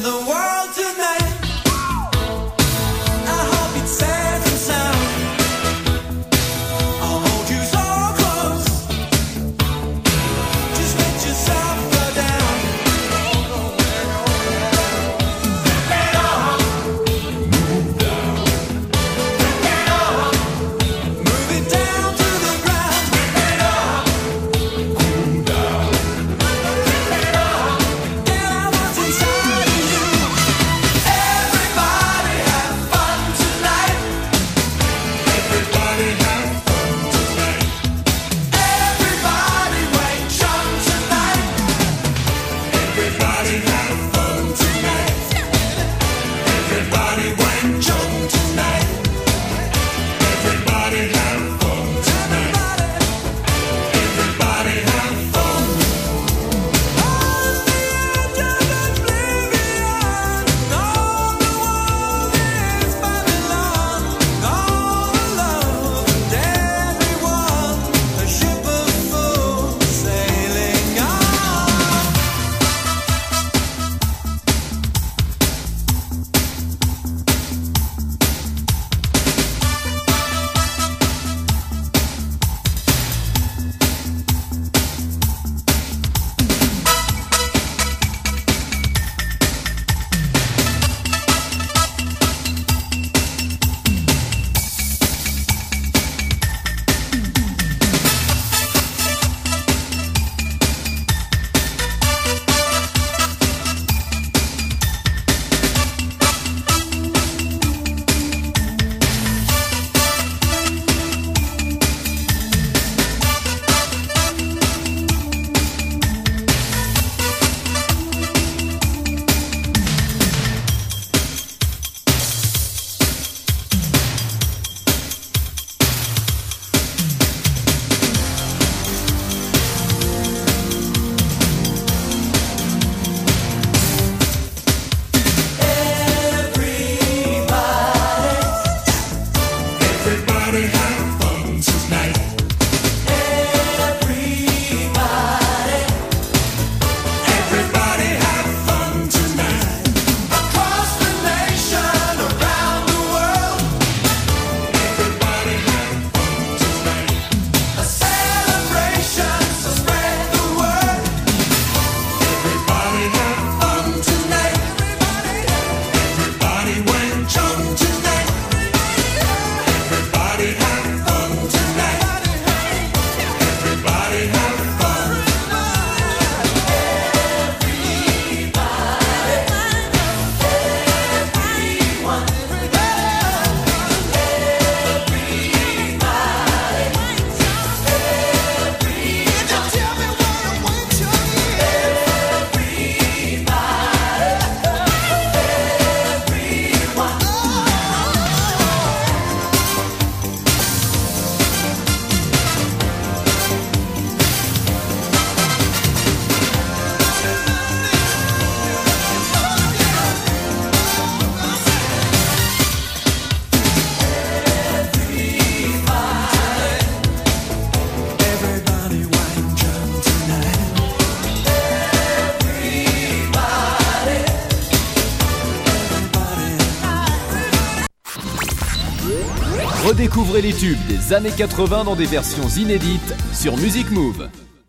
Speaker 11: Redécouvrez les tubes des années quatre-vingts dans des versions inédites sur Music Move.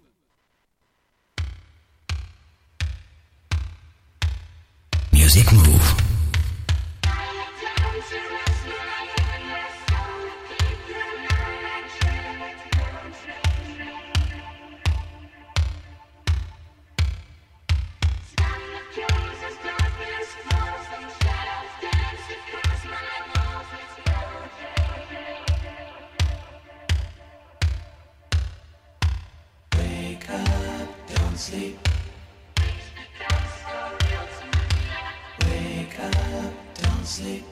Speaker 2: Music Move.
Speaker 4: Sleep. Wake up, don't sleep.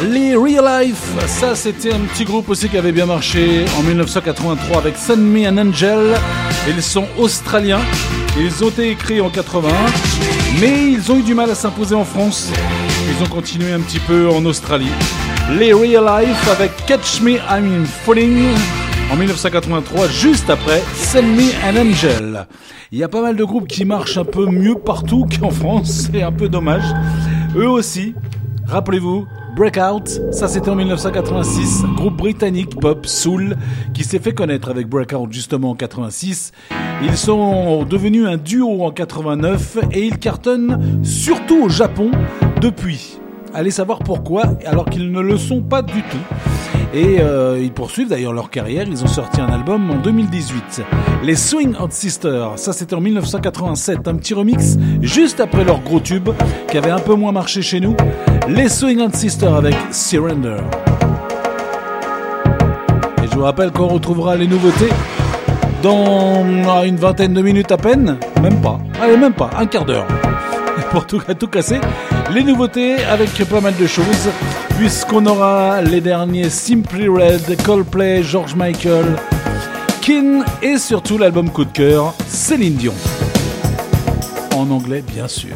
Speaker 3: Les Real Life, ça c'était un petit groupe aussi qui avait bien marché en dix-neuf cent quatre-vingt-trois avec Send Me an Angel. Ils sont australiens, ils ont été créés en quatre-vingt-un, mais ils ont eu du mal à s'imposer en France. Ils ont continué un petit peu en Australie. Les Real Life avec Catch Me I'm Falling en dix-neuf cent quatre-vingt-trois, juste après Send Me an Angel. Il y a pas mal de groupes qui marchent un peu mieux partout qu'en France, c'est un peu dommage. Eux aussi, rappelez-vous, Breakout, ça c'était en dix-neuf cent quatre-vingt-six, groupe britannique pop soul qui s'est fait connaître avec Breakout justement en quatre-vingt-six. Ils sont devenus un duo en quatre-vingt-neuf et ils cartonnent surtout au Japon depuis. Allez savoir pourquoi, alors qu'ils ne le sont pas du tout. Et euh, ils poursuivent d'ailleurs leur carrière, ils ont sorti un album en deux mille dix-huit. Les Swing Out Sisters, ça c'était en dix-neuf cent quatre-vingt-sept, un petit remix juste après leur gros tube qui avait un peu moins marché chez nous. Les Swing Out Sisters avec Surrender. Et je vous rappelle qu'on retrouvera les nouveautés dans une vingtaine de minutes à peine, même pas, allez même pas, un quart d'heure. Pour tout, tout casser, les nouveautés avec pas mal de choses, puisqu'on aura les derniers Simply Red, Coldplay, George Michael, Kin et surtout l'album coup de cœur, Céline Dion. En anglais, bien sûr.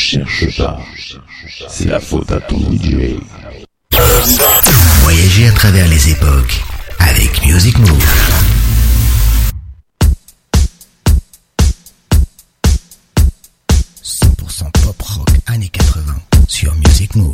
Speaker 9: cherche pas. C'est la faute à ton D J.
Speaker 2: Voyager à travers les époques avec Music Move. cent pour cent pop rock années quatre-vingts sur Music Move.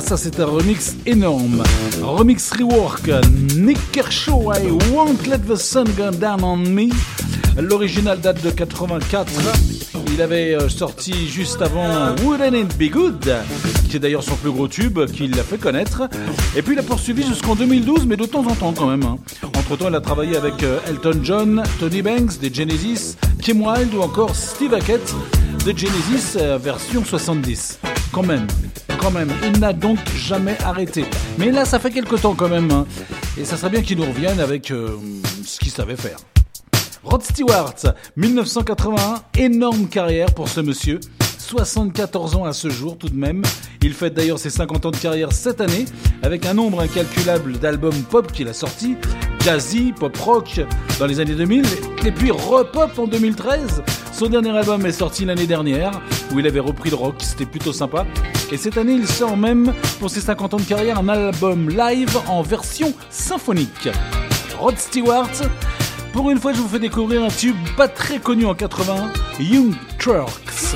Speaker 3: ça c'est un remix énorme. Remix rework, Nick Kershaw, I Won't Let the Sun Go Down on Me. L'original date de quatre-vingt-quatre. Il avait sorti juste avant Wouldn't It Be Good, qui est d'ailleurs son plus gros tube, qui l'a fait connaître. Et puis il a poursuivi jusqu'en deux mille douze, mais de temps en temps quand même. Entre-temps, il a travaillé avec Elton John, Tony Banks des Genesis, Kim Wilde ou encore Steve Hackett de Genesis version soixante-dix. Quand même, quand même, il n'a donc jamais arrêté. Mais là, ça fait quelque temps quand même. Et ça serait bien qu'il nous revienne avec euh, ce qu'il savait faire. Rod Stewart, dix-neuf cent quatre-vingt-un, énorme carrière pour ce monsieur, soixante-quatorze ans à ce jour tout de même. Il fête d'ailleurs ses cinquante ans de carrière cette année, avec un nombre incalculable d'albums pop qu'il a sortis, jazzy, pop rock dans les années deux mille, et puis repop en deux mille treize. Son dernier album est sorti l'année dernière, où il avait repris le rock, c'était plutôt sympa. Et cette année, il sort même, pour ses cinquante ans de carrière, un album live en version symphonique. Rod Stewart. Pour une fois, je vous fais découvrir un tube pas très connu en quatre-vingt, Young Turks.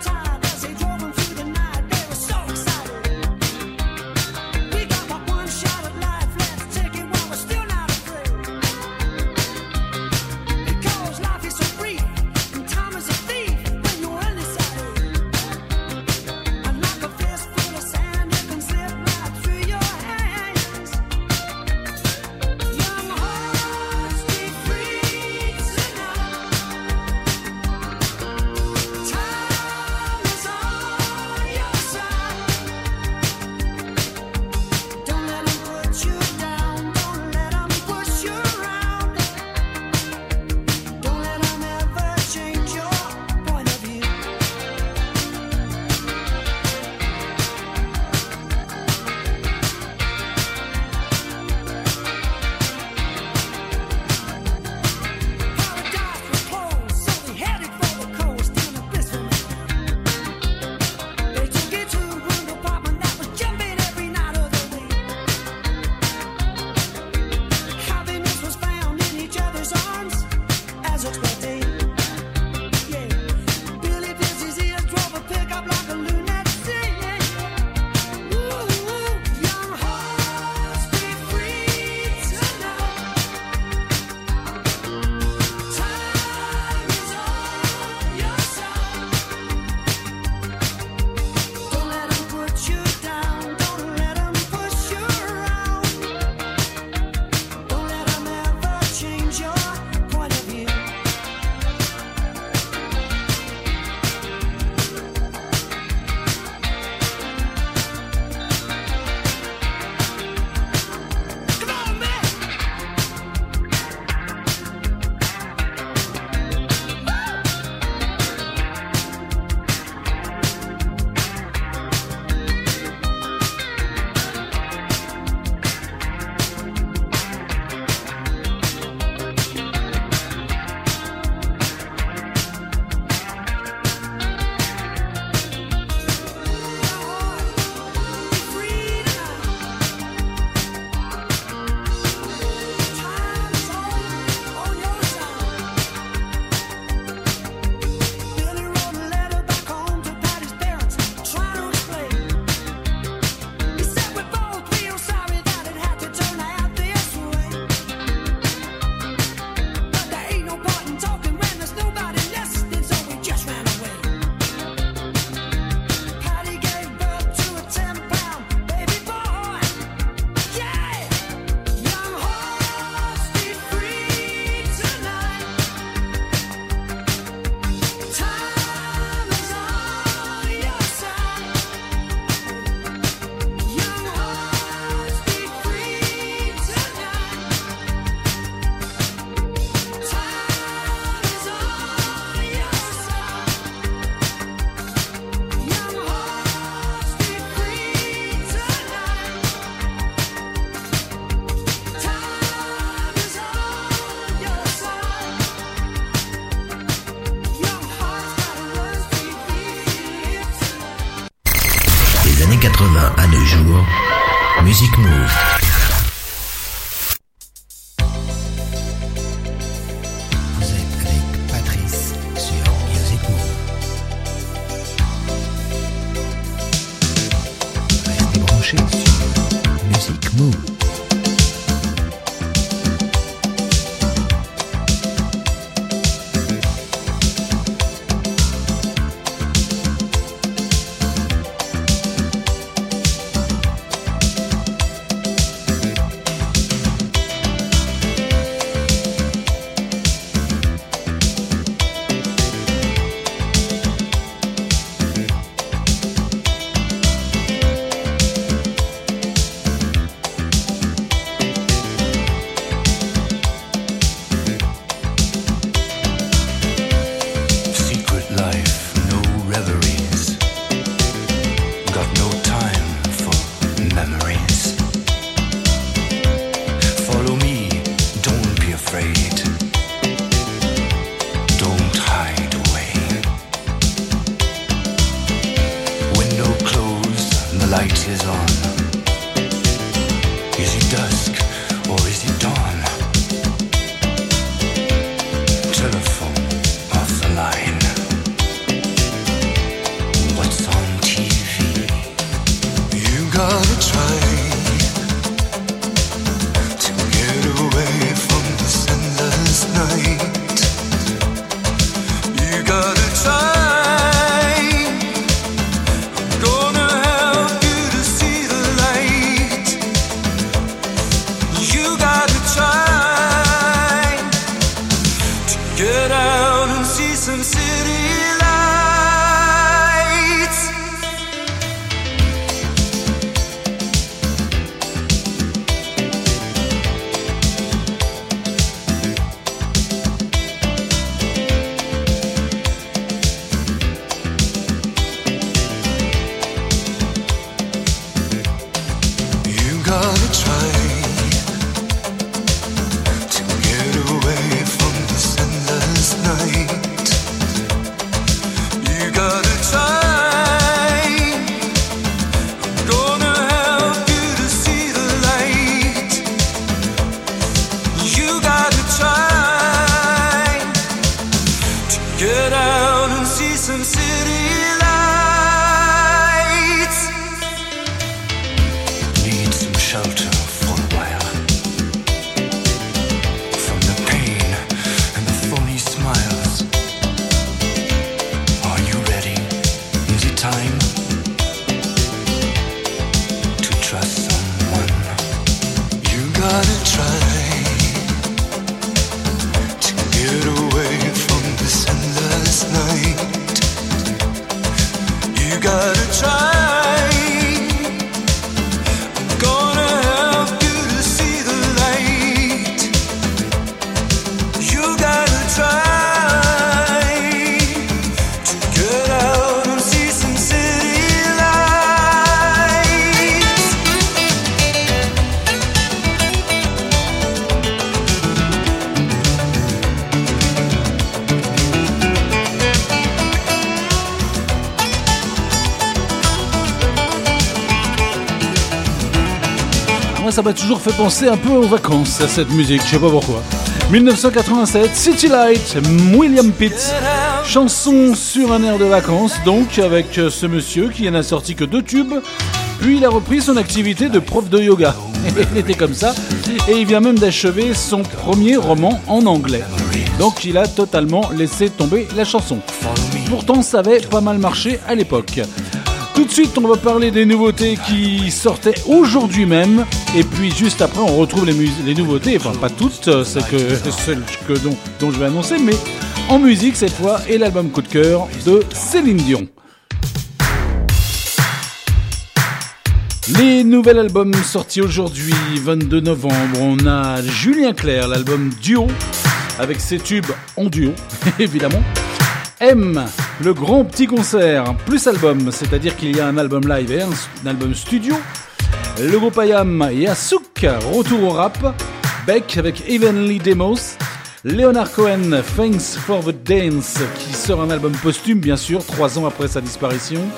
Speaker 12: One shot.
Speaker 2: quatre-vingts à nos jours, Music Move. Vous êtes avec Patrice sur Music Move. Restez branchés sur Music Move.
Speaker 3: Ça m'a toujours fait penser un peu aux vacances, à cette musique, je sais pas pourquoi. dix-neuf cent quatre-vingt-sept, City Light, William Pitts. Chanson sur un air de vacances, donc, avec ce monsieur qui n'a sorti que deux tubes. Puis il a repris son activité de prof de yoga. Il était comme ça. Et il vient même d'achever son premier roman en anglais. Donc il a totalement laissé tomber la chanson. Pourtant, ça avait pas mal marché à l'époque. Tout de suite, on va parler des nouveautés qui sortaient aujourd'hui même. Et puis, juste après, on retrouve les, mus- les nouveautés. Enfin, pas toutes, c'est que celles que dont, dont je vais annoncer, mais en musique cette fois. Et l'album coup de cœur de Céline Dion. Les nouveaux albums sortis aujourd'hui, vingt-deux novembre. On a Julien Clerc, l'album Duo, avec ses tubes en duo, évidemment. M, le grand petit concert, plus album, c'est-à-dire qu'il y a un album live et un, un album studio. Le groupe I A M et Assouk, retour au rap. Beck avec Evenly Demos. Leonard Cohen, Thanks for the Dance, qui sort un album posthume, bien sûr, trois ans après sa disparition.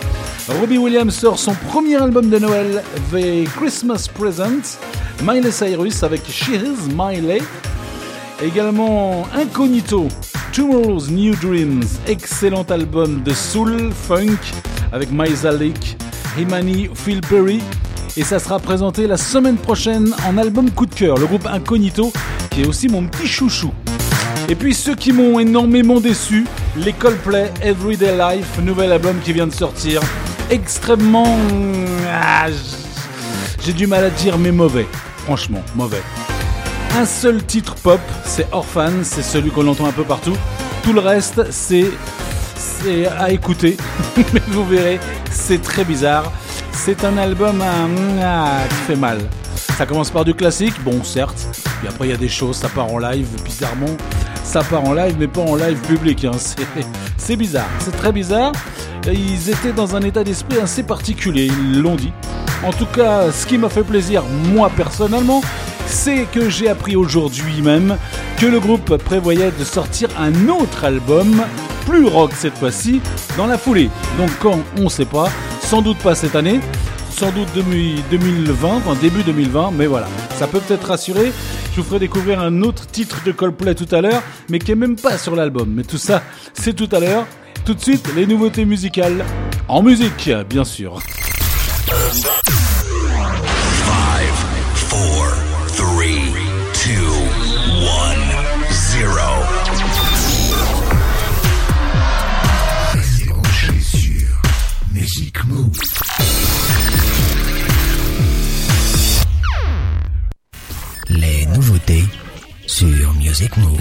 Speaker 3: Robbie Williams sort son premier album de Noël, The Christmas Present. Miley Cyrus avec She Is Miley. Également Incognito, Tomorrow's New Dreams, excellent album de soul funk avec Myzalik, Himani, Phil Perry. Et ça sera présenté la semaine prochaine en album coup de cœur, le groupe Incognito, qui est aussi mon petit chouchou. Et puis ceux qui m'ont énormément déçu, les Coldplay, Everyday Life, nouvel album qui vient de sortir, extrêmement... Ah, j'ai du mal à dire, mais mauvais, franchement, mauvais. Un seul titre pop, c'est Orphan, c'est celui qu'on entend un peu partout. Tout le reste, c'est, c'est à écouter, mais vous verrez, c'est très bizarre. C'est un album à... qui fait mal. Ça commence par du classique, bon certes, puis après il y a des choses, ça part en live, bizarrement, ça part en live, mais pas en live public, hein. c'est, c'est bizarre, c'est très bizarre. Ils étaient dans un état d'esprit assez particulier, ils l'ont dit. En tout cas, ce qui m'a fait plaisir, moi personnellement, c'est que j'ai appris aujourd'hui même que le groupe prévoyait de sortir un autre album, plus rock cette fois-ci, dans la foulée. Donc quand, on sait pas, sans doute pas cette année, sans doute deux mille vingt, enfin début deux mille vingt, mais voilà, ça peut peut-être rassurer. Je vous ferai découvrir un autre titre de Coldplay tout à l'heure, mais qui est même pas sur l'album. Mais tout ça, c'est tout à l'heure. Tout de suite, les nouveautés musicales, en musique, bien sûr.
Speaker 1: Five, four, three, two, one, zero.
Speaker 2: Restez branchés sur Music Move. Les nouveautés sur Music Move.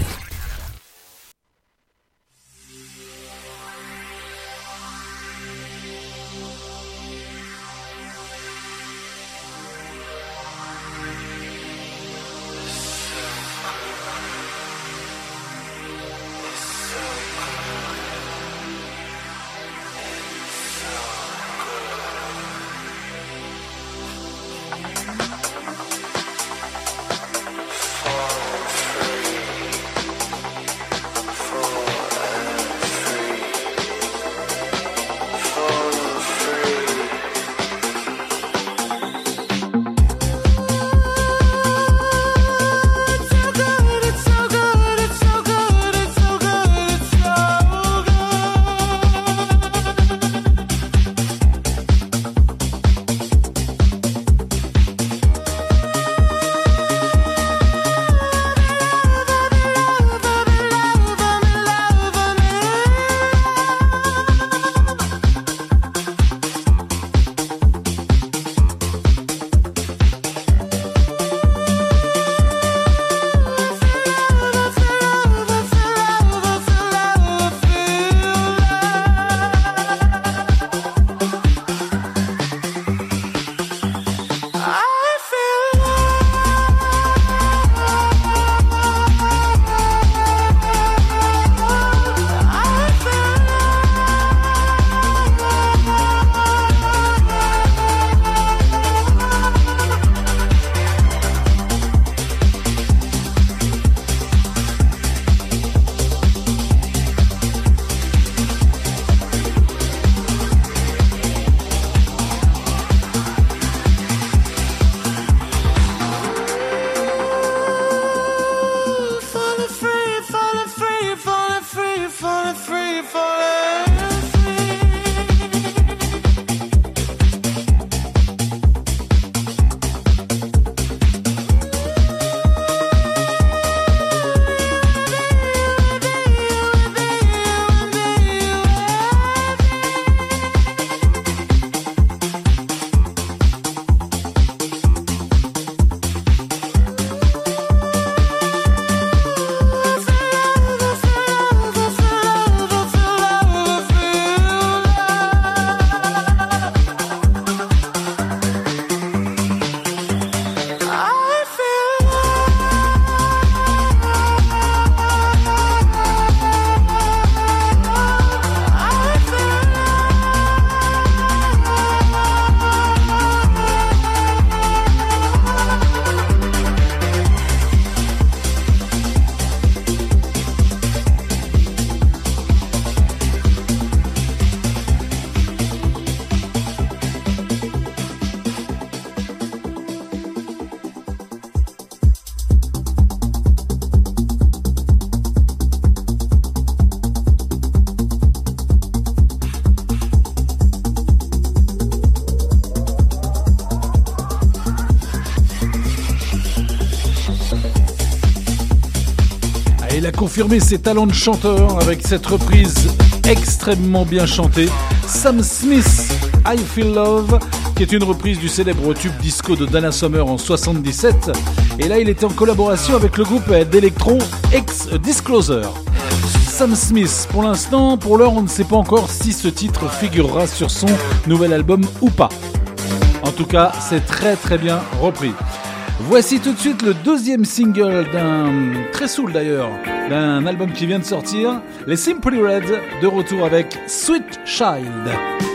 Speaker 3: confirmé ses talents de chanteur avec cette reprise extrêmement bien chantée. Sam Smith, I Feel Love, qui est une reprise du célèbre tube disco de Donna Summer en soixante-dix-sept. Et là, il était en collaboration avec le groupe d'électro Ex-Disclosure. Sam Smith, pour l'instant, pour l'heure, on ne sait pas encore si ce titre figurera sur son nouvel album ou pas. En tout cas, c'est très très bien repris. Voici tout de suite le deuxième single d'un très soul d'ailleurs, d'un album qui vient de sortir, les Simply Red, de retour avec Sweet Child.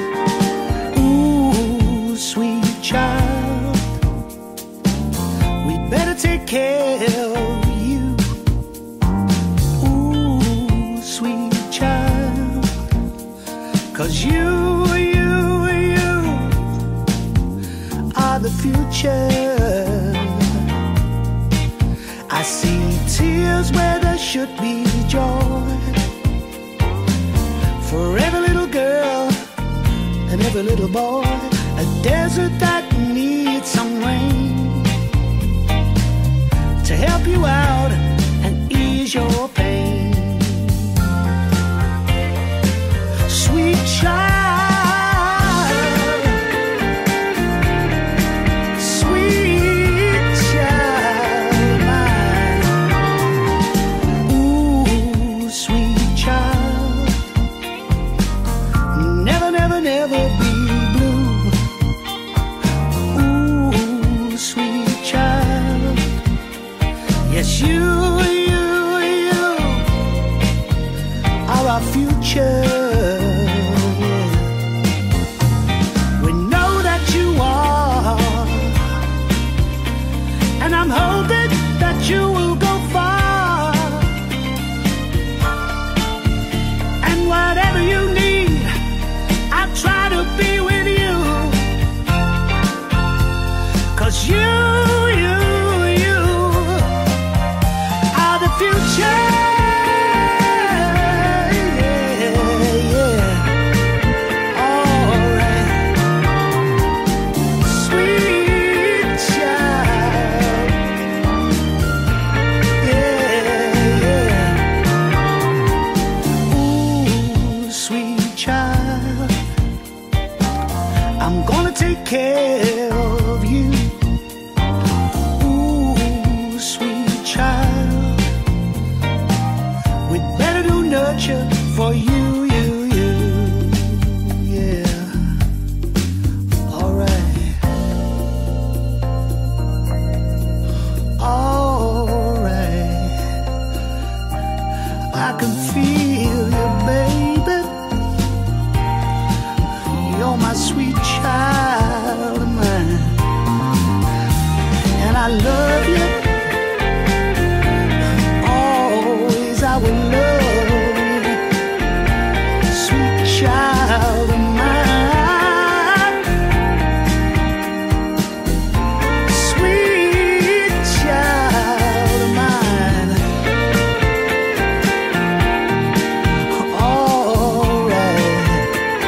Speaker 8: Ooh, sweet child, we better take care of you. Ooh, sweet child, 'cause you, you, you are the future. I see tears where there should be joy. For every little girl and every little boy, a desert that needs some rain to help you out and ease your pain. Sweet child, you, you, you are our future. Yeah. We know that you are, and I'm hoping that you will go far. And whatever you need, I'll try to be with you. 'Cause you, you future, yeah, yeah, alright, sweet child, yeah, yeah, ooh, sweet child, I'm gonna take care of you, ooh, sweet child. Nurture for you, you, you, yeah. Alright, alright. I can feel you, baby. You're my sweet child of mine, and I love you. Always, I will love. Child of mine, sweet child of mine. All right,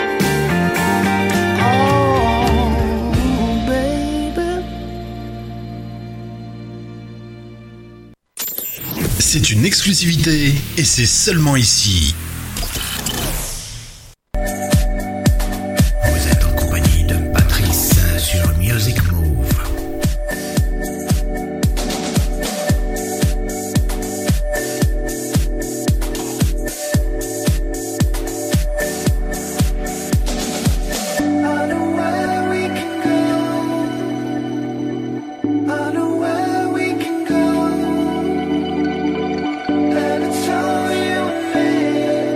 Speaker 8: oh baby.
Speaker 2: C'est une exclusivité et c'est seulement ici.
Speaker 5: And it's all you and me.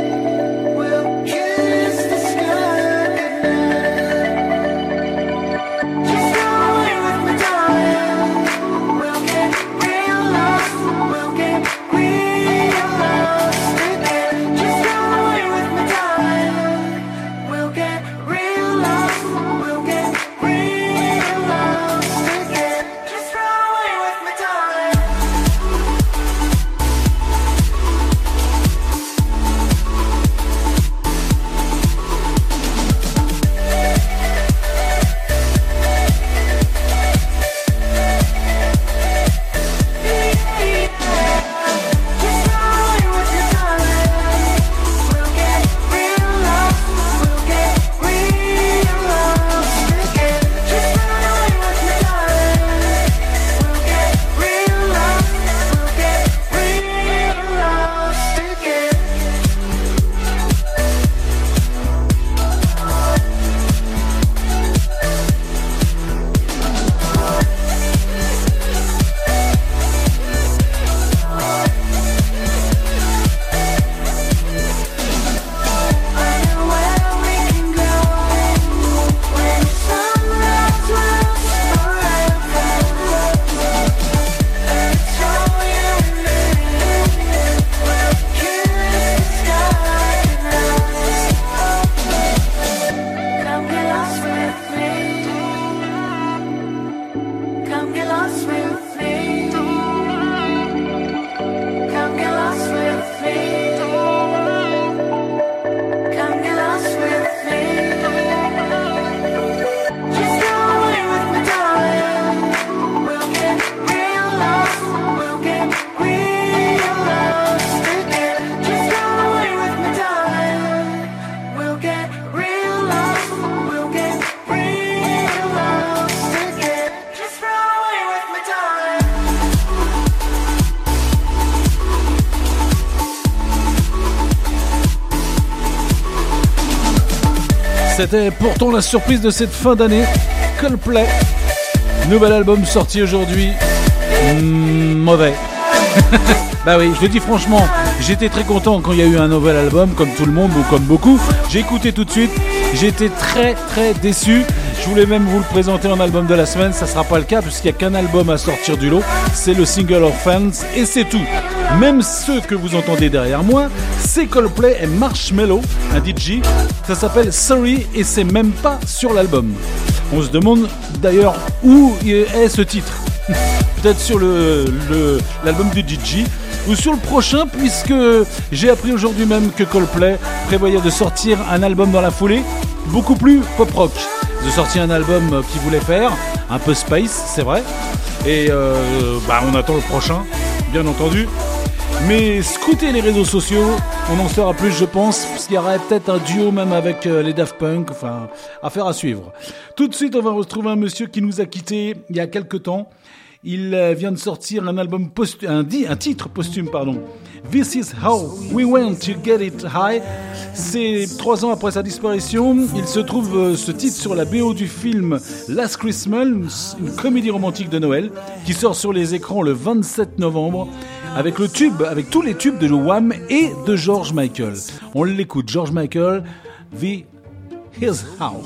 Speaker 3: C'était pourtant la surprise de cette fin d'année. Coldplay, nouvel album sorti aujourd'hui. Mmh, mauvais. Bah oui, je le dis franchement, j'étais très content quand il y a eu un nouvel album, comme tout le monde ou comme beaucoup. J'ai écouté tout de suite, j'ai été très très déçu. Je voulais même vous le présenter en album de la semaine, ça sera pas le cas puisqu'il n'y a qu'un album à sortir du lot, c'est le single Offense et c'est tout. Même ceux que vous entendez derrière moi, c'est Coldplay et Marshmello, un D J, ça s'appelle Sorry et c'est même pas sur l'album. On se demande d'ailleurs où est ce titre. Peut-être sur le, le, l'album du D J ou sur le prochain, puisque j'ai appris aujourd'hui même que Coldplay prévoyait de sortir un album dans la foulée, beaucoup plus pop-rock. Ils ont sorti un album qu'ils voulaient faire, un peu space, c'est vrai, et euh, bah, on attend le prochain, bien entendu. Mais scrutez les réseaux sociaux, on en saura plus je pense, parce qu'il y aurait peut-être un duo même avec euh, les Daft Punk, enfin, affaire à suivre. Tout de suite, on va retrouver un monsieur qui nous a quittés il y a quelques temps. Il euh, vient de sortir un album posthume, un, di- un titre posthume, pardon. This is how we went to get it high. C'est trois ans après sa disparition. Il se trouve euh, ce titre sur la B O du film Last Christmas, une, une comédie romantique de Noël, qui sort sur les écrans le vingt-sept novembre. Avec le tube, avec tous les tubes de Wham et de George Michael. On l'écoute, George Michael, The Here's How.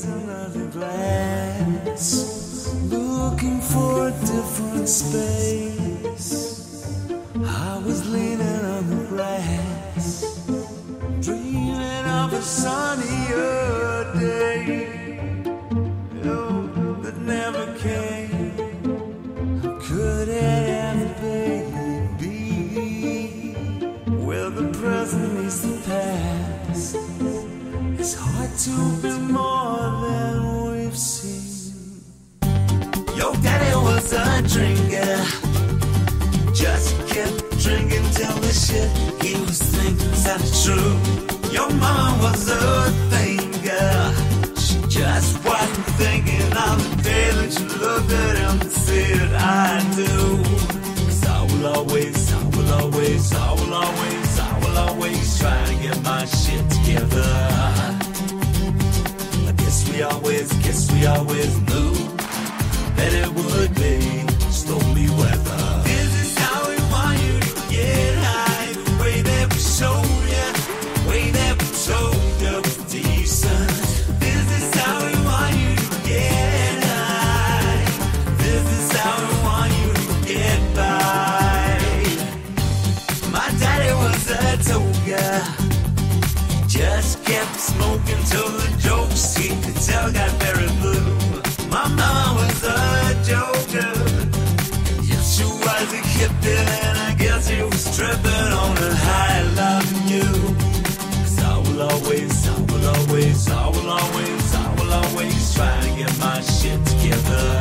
Speaker 4: Looking for a different space. I was leaning on the grass, dreaming of a sunnier day, oh, that never came. How could it ever be? Well, the present meets the past. It's hard to be more than we've seen. Your daddy was a drinker, just kept drinking till the shit he was thinking sounded true. Your mama was a thinker, she just wasn't thinking of the day that you looked at him and said, I do. Cause I will always, I will always, I will always, I will always try to get my shit together. I guess we always, guess we always knew that it would be stormy weather. This is how we want you to get high, the way that we showed you, the way that we told you was decent. This is how we want you to get high. This is how we want you to get by. My daddy was a toga, just kept smoking till the jokes he could tell got very blue. My mama was a joker, yes she was a hippie, and I guess she was tripping on a high loving you. Cause I will always, I will always, I will always, I will always try to get my shit together.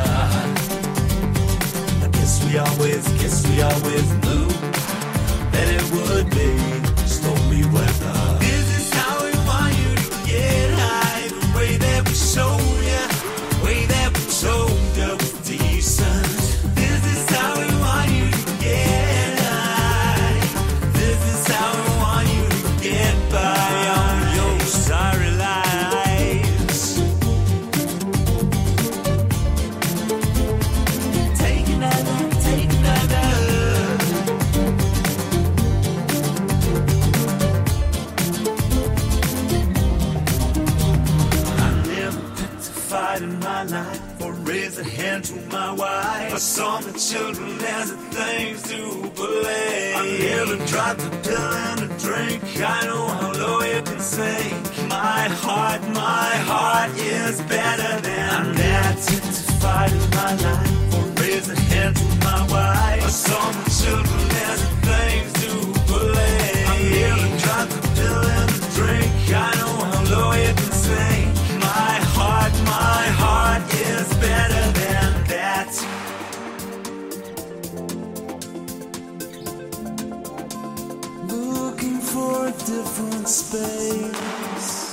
Speaker 4: I guess we always, guess we always knew that it would be stormy weather. This is how we want you to get high, the way that we show you, the way that we told you was decent. This is how we want you to get high. This is how we want you to get by on your sorry lives. Take another, take another. In my life, or raise a hand to my wife. I saw my children as the things to play. I never dropped a pill and a drink. I know how low you can sink. My heart, my heart is better than that. To fight in my life, or raise a hand to my wife. I saw my children as the things to play. I never dropped a pill and a drink. I know how low you can sink. My heart, my heart is better than that. Looking for a different space,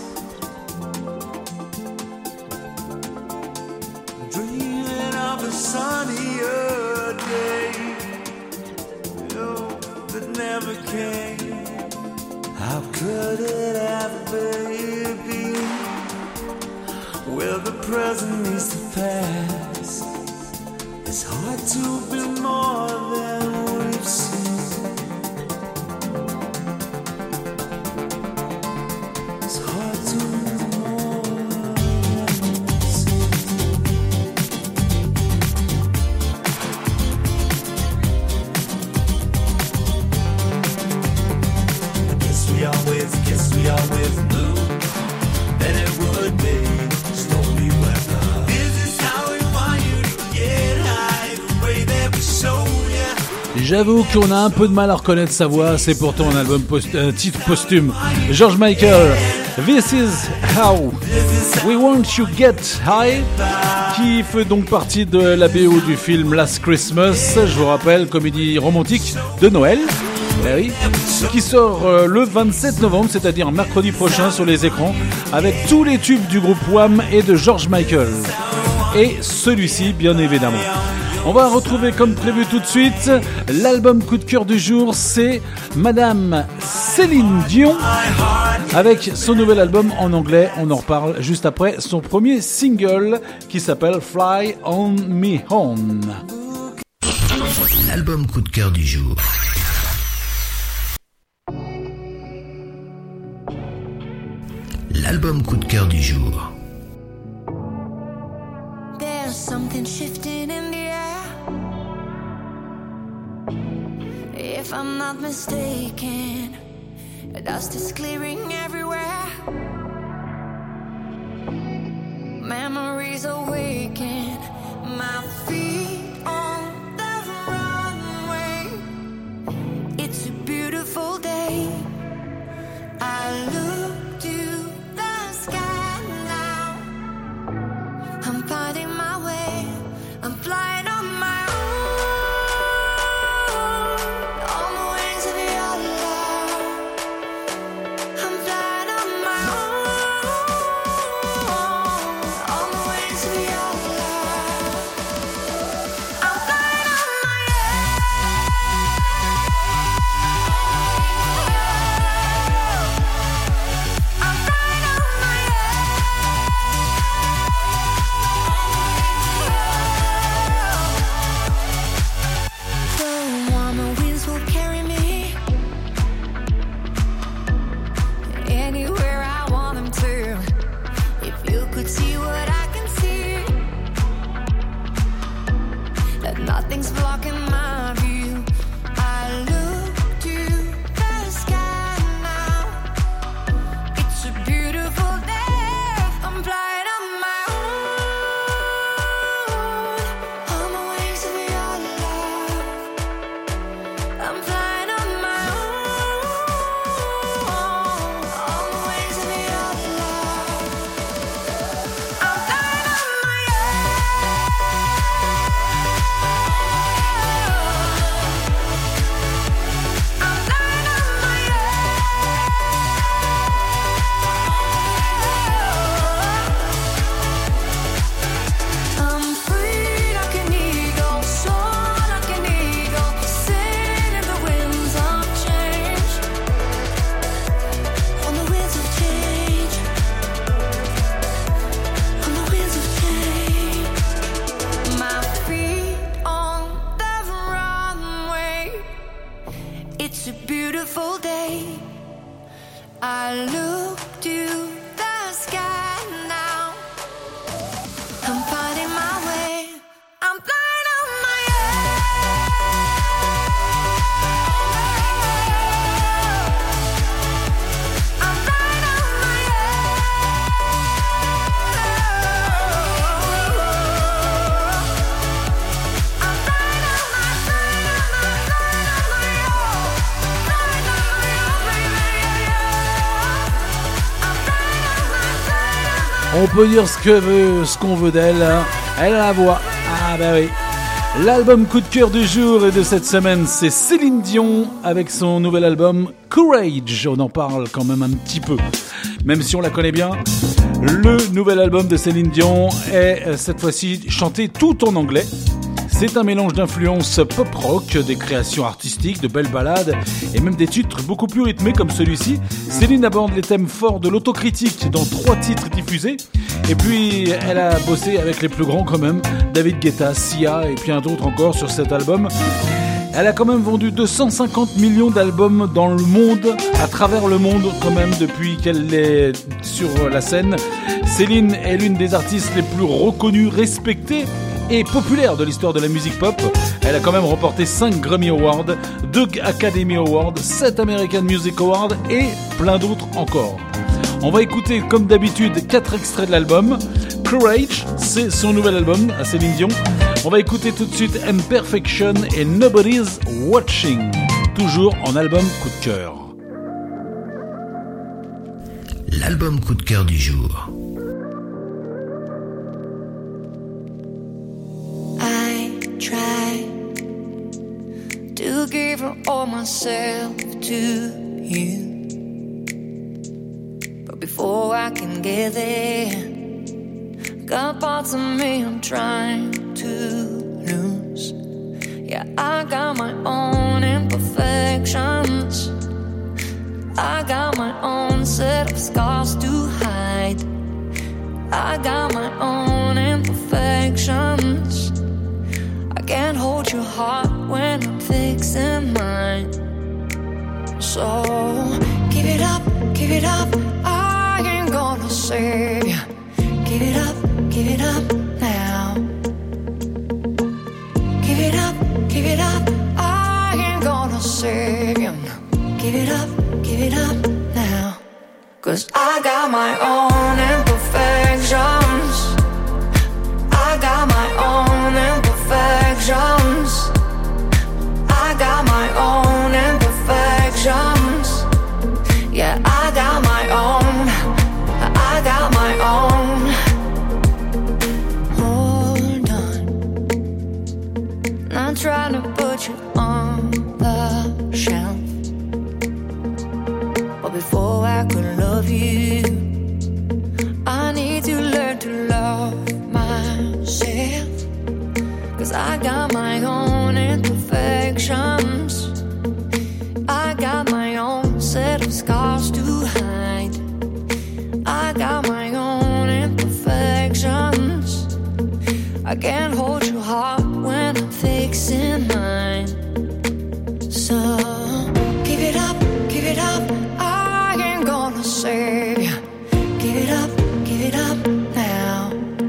Speaker 4: dreaming of a sunnier day, oh, that never came. How could it ever be? where the present meets the past. It's hard to be more than we've seen. It's hard to be more than we've seen. I guess we always, guess we always knew that it would be stormy weather. This is how we want you to get high, the way that we show ya.
Speaker 3: J'avoue qu'on a un peu de mal à reconnaître sa voix, c'est pourtant un album post- un titre posthume. George Michael, This is how we want you get high, qui fait donc partie de la B O du film Last Christmas, je vous rappelle, comédie romantique de Noël. Eh oui, qui sort euh, le vingt-sept novembre, c'est-à-dire mercredi prochain sur les écrans, avec tous les tubes du groupe Wham et de George Michael. Et celui-ci, bien évidemment. On va retrouver comme prévu tout de suite l'album coup de cœur du jour, c'est Madame Céline Dion avec son nouvel album en anglais. On en reparle juste après son premier single qui s'appelle Fly On Me Home.
Speaker 2: L'album coup de cœur du jour. L'album coup de cœur du jour.
Speaker 10: There's something shifting in the air. If I'm not mistaken, dust is clearing everywhere. Memories awaken, my feet on the runway. It's a beautiful day. I look to the sky now. I'm finding my way. I'm flying on my own, on the wings of your love. I'm flying on my own, on the wings of your love. I'm flying on my own. I'm flying on my own. The warmer winds will carry me anywhere I want them to. If you could see what I can see, that nothing's blocking my view. I look to the sky now. It's a beautiful day. I'm flying on my own, on the wings of your love. I'm flying on my own, on the wings of your love. I'm flying on my own. I'm flying on my own. I'm free like an eagle, soar like an eagle, sing in the winds of change. On the winds of change. On the winds of change. My feet on the runway. It's a beautiful day. I look to the sky now. I'm finding my way. I'm flying on my own. I'm flying on my own. I'm flying on my, flying on my, flying on my own. Flying on my own, baby, yeah, yeah. I'm flying on my, flying on my.
Speaker 3: On peut dire ce que veut, ce qu'on veut d'elle. hein. Elle a la voix. Ah bah oui. L'album coup de cœur du jour et de cette semaine, c'est Céline Dion avec son nouvel album Courage. On en parle quand même un petit peu, même si on la connaît bien. Le nouvel album de Céline Dion est euh, cette fois-ci chanté tout en anglais. C'est C'est un mélange d'influences pop-rock, des créations artistiques, de belles ballades et même des titres beaucoup plus rythmés comme celui-ci. Céline aborde les thèmes forts de l'autocritique dans trois titres diffusés. Et puis, elle a bossé avec les plus grands quand même, David Guetta, Sia et bien d'autres encore sur cet album. Elle a quand même vendu deux cent cinquante millions d'albums dans le monde, à travers le monde quand même, depuis qu'elle est sur la scène. Céline est l'une des artistes les plus reconnues, respectées et populaires de l'histoire de la musique pop. Elle a quand même remporté cinq Grammy Awards, deux Academy Awards, sept American Music Awards et plein d'autres encore. On va écouter comme d'habitude quatre extraits de l'album. Courage, c'est son nouvel album à Céline Dion. On va écouter tout de suite Imperfection et Nobody's Watching, toujours en album coup de cœur.
Speaker 2: L'album coup de cœur du jour.
Speaker 10: I try to give all myself to you, but before I can get there, got parts of me I'm trying to lose. Yeah, I got my own imperfections. I got my own set of scars to hide. I got my own imperfections. I can't hold your heart when I'm fixing mine. So give it up, give it up. I ain't gonna save you. Give it up, give it up now. Give it up, give it up. I ain't gonna save you. Give it up, give it up now. Cause I got my own imperfections. I got my own imperfections. I got my own imperfections. Yeah, I got my own. I got my own. Hold on. Not trying to put you on the shelf, but before I could love you, I need to learn to love myself. Cause I got my own imperfections. I got my own set of scars to hide. I got my own imperfections. I can't hold your heart when I'm fixing mine. So give it up, give it up. I ain't gonna save you. Give it up, give it up now.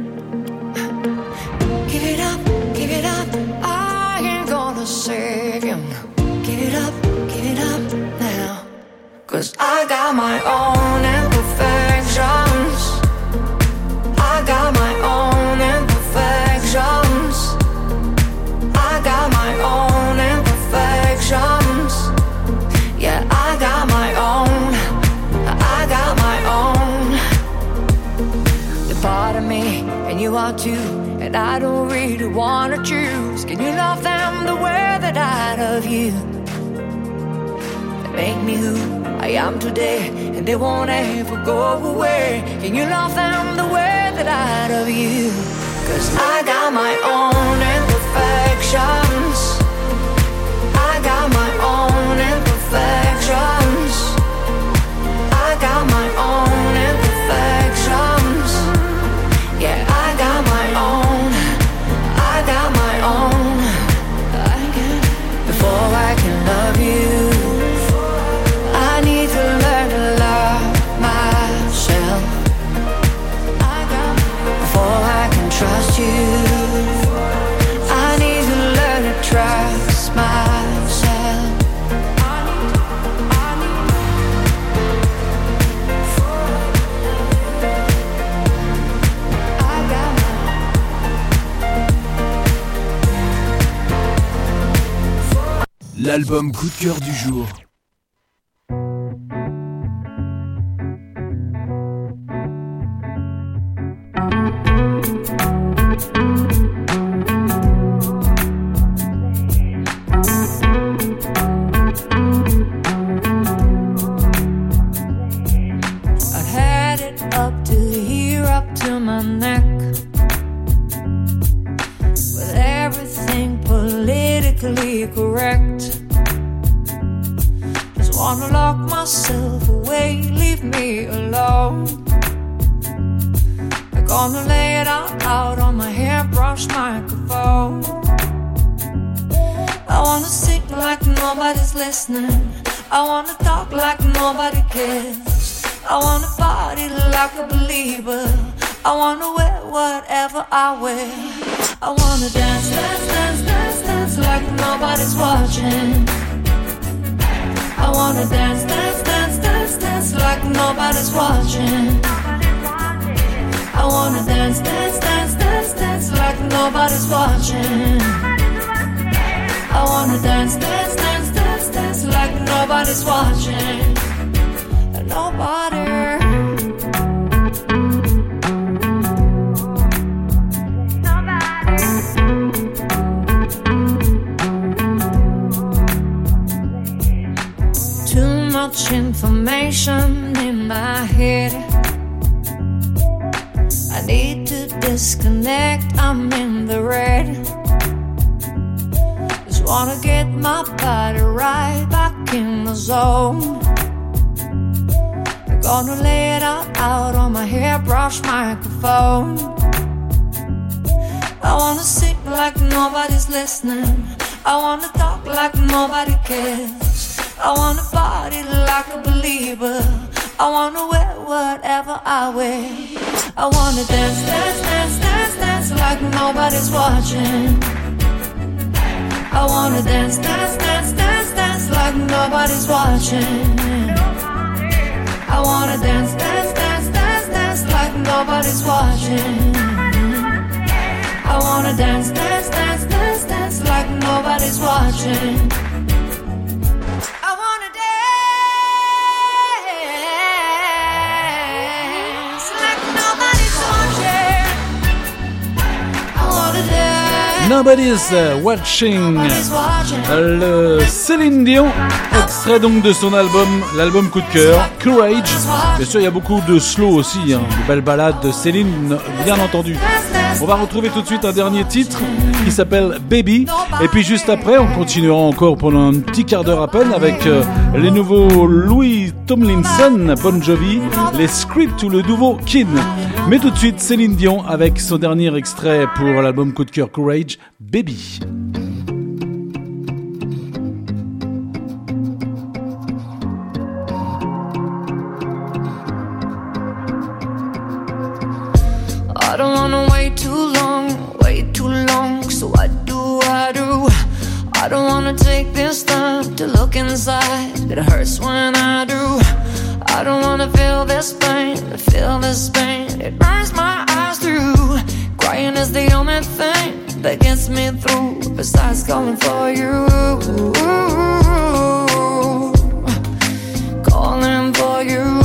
Speaker 10: Give it up, give it up. I ain't gonna save you. Give it up, give it up now. Cause I got my own imperfections. I got my own imperfections. I got my own imperfections. Yeah, I got my own. I got my own. They're part of me, and you are too. And I don't really wanna choose. Can you love them the way that I love you? They make me who I am today, and they won't ever go away. Can you love them the way that I love you? Cause I got my own imperfections. I got my own imperfections. I got my own imperfections. Yeah, I got my own. I got my own. I can, before I can love you, I need to learn to love myself. I got, before I can trust you, I need to learn to trust myself. I need, I need. I got my.
Speaker 11: L'album coup de cœur du jour.
Speaker 10: I had it up to here, up to my neck, with everything
Speaker 12: be correct. Just wanna lock myself away, leave me alone. I'm gonna lay it out, out on my hairbrush microphone. I wanna sing like nobody's listening. I wanna talk like nobody cares. I wanna party like a believer. I wanna wear whatever I wear. I wanna dance, dance, dance, dance, dance like nobody's watching. I wanna dance, dance, dance, dance, dance like nobody's watching. I wanna dance, dance, dance, dance, dance like nobody's watching. I wanna dance, dance, dance, dance, dance like nobody's watching. And nobody. Too much information in my head. I need to disconnect, I'm in the red. Just wanna get my body right back in the zone. I'm gonna lay it out, out on my hairbrush microphone. I wanna sing like nobody's listening. I wanna talk like nobody cares. I wanna party like a believer. I wanna wear whatever I wear. I wanna dance, dance, dance, dance, dance like nobody's watching. I wanna dance, dance, dance, dance, dance like nobody's watching. I wanna dance, dance, dance, dance, dance like nobody's watching. I wanna dance, dance, dance, dance, dance like nobody's watching.
Speaker 3: Nobody's Watching, le Céline Dion, extrait donc de son album, l'album coup de cœur, Courage. Bien sûr, il y a beaucoup de slow aussi, hein, de belles ballades de Céline, bien entendu. On va retrouver tout de suite un dernier titre qui s'appelle Baby. Et puis juste après, on continuera encore pendant un petit quart d'heure à peine avec euh, les nouveaux Louis Tomlinson, Bon Jovi, les Script ou le nouveau Kin. Mais tout de suite, Céline Dion avec son dernier extrait pour l'album coup de cœur Courage, Baby.
Speaker 12: I don't wanna wait too long, wait too long. So what do I do? I don't wanna take this time to look inside. It hurts when I do. I don't wanna feel this pain, feel this pain. It burns my eyes through. Crying is the only thing that gets me through. Besides calling for you, calling for you.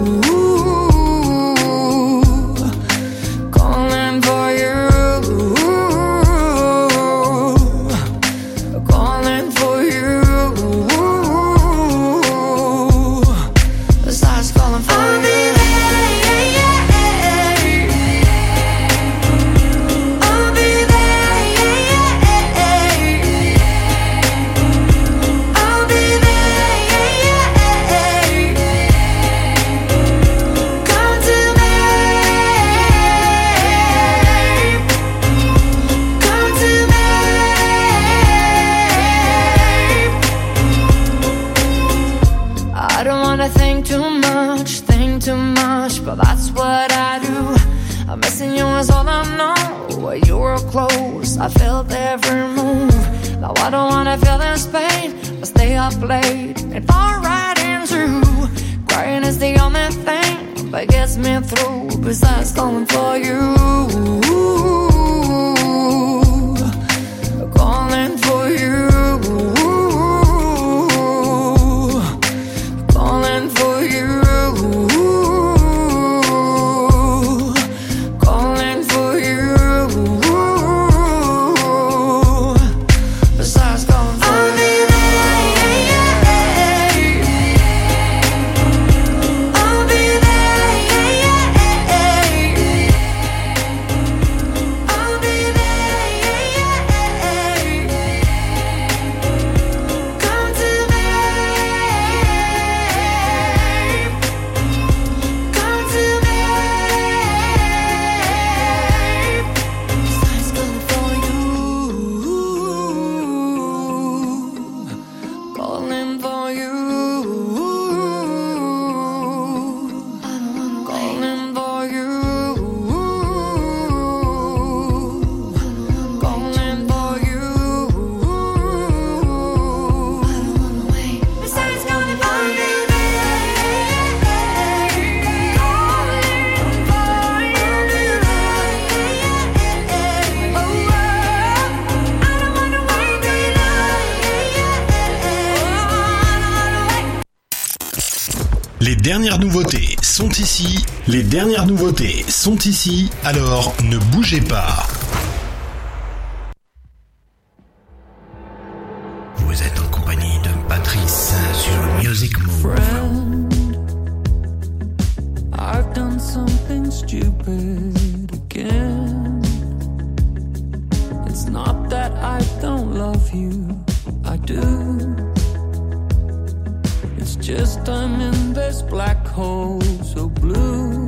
Speaker 12: But that's what I do. I'm missing you is all I know. When you were close, I felt every move. Now I don't wanna feel this pain, but stay up late and fall right into. Crying is the only thing that gets me through. Besides calling for you, calling for you.
Speaker 13: Les dernières nouveautés sont ici. Les dernières nouveautés sont ici. Alors ne bougez pas.
Speaker 2: Vous êtes en compagnie de Patrice sur Music Move.
Speaker 7: Friend, I've done something stupid again. It's not that I don't love you, I do. It's just I'm in this black hole so blue.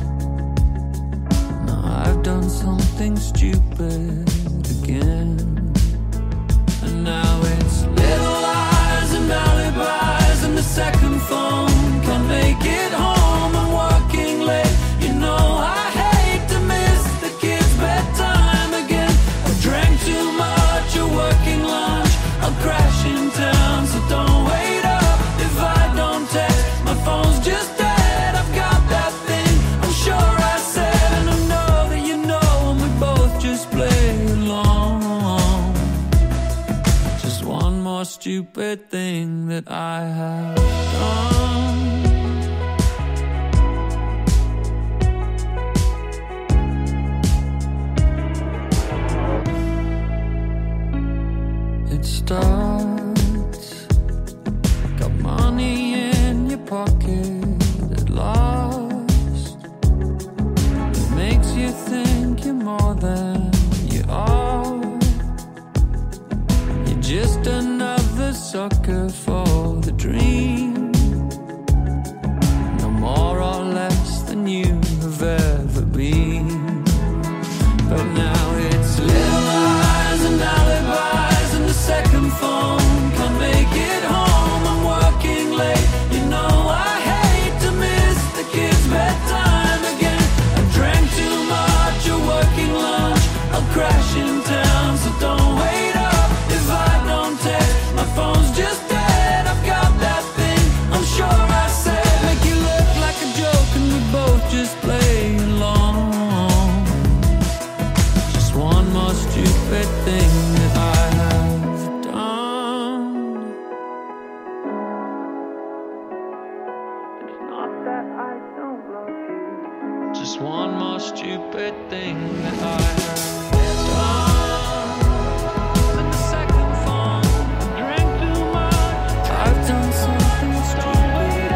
Speaker 7: Now I've done something stupid again. And now it's little lies and alibis and the second phone can't make it home. I'm working late, you know I hate to miss the kids' bedtime again. I drank too much, a working lunch, I'll crash in town, so don't wait up if I don't text. My phone's just dead, I've got that thing I'm sure I said, and I know that you know, and we both just play along. Just one more stupid thing that I have done. It starts, got money in your pocket at last. It makes you think you're more than you are. You're just another sucker for the dream. No more or less than you have ever been. But now it's little lies and alibis and the second phone can't make it home. I'm working late, you know I hate to miss the kids' bedtime again. I drank too much, a working lunch, I'll crash in town, so don't wait up if I don't text. My phone's just dead, I've got that thing I'm sure I said, make you look like a joke and we both just play along. Just one more stupid thing that I have done. It's not that I don't love you, just one more stupid thing that I have done. And the second phone, I drank too much, I've done something stupid.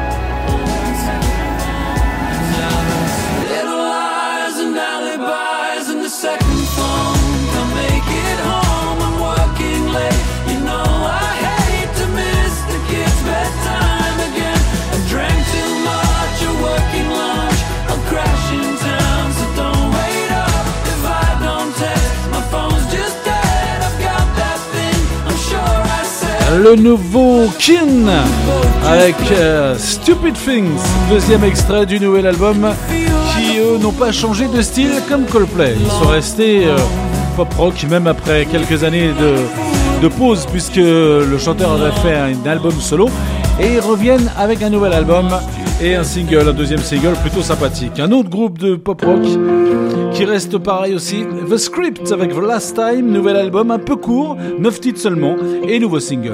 Speaker 7: Now it's little lies and alibis and the second phone can't make it home. I'm working late, you know I hate to miss the kids' bedtime again. I drank too much, a working lunch, I'll crash in town, so don't wait up if I don't text. My phone's just dead, I've got that thing I'm sure I said.
Speaker 3: Le nouveau Kin avec euh, Stupid Things, deuxième extrait du nouvel album qui eux n'ont pas changé de style comme Coldplay. Ils sont restés euh, pop rock même après quelques années de, de pause puisque le chanteur avait fait un album solo et ils reviennent avec un nouvel album et un single, un deuxième single plutôt sympathique. Un autre groupe de pop rock qui reste pareil aussi, The Script avec The Last Time, nouvel album un peu court, neuf titres seulement et nouveau single.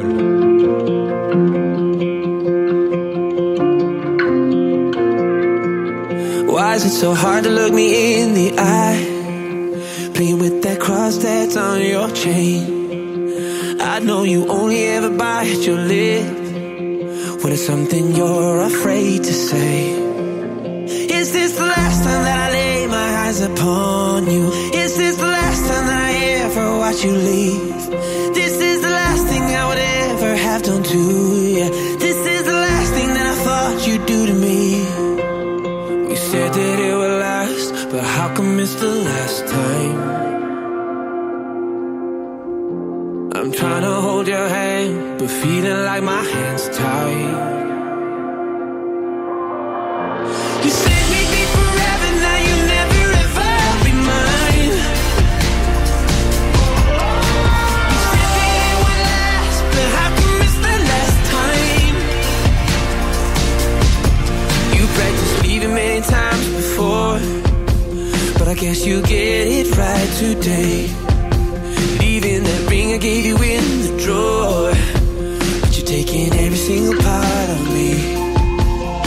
Speaker 14: Why is it so hard to look me in the eye? Playing with that cross that's on your chain. I know you only ever bite your lip when it's something you're afraid to say. Is this the last time that I lay my eyes upon you? Is this the last time that I ever watch you leave? This is the last thing I would ever have done to you. This is the last thing that I thought you'd do to me. We said that it would last, but how come it's the last time? I'm trying to hold your hand, but feeling like my hand's tied. You said we'd be forever, now you'll never ever be mine. You said that it would last, but how come it's the last time? You practiced leaving many times before, but I guess you get it right today. Leaving that ring I gave you in the drawer, but you're taking every single part of me.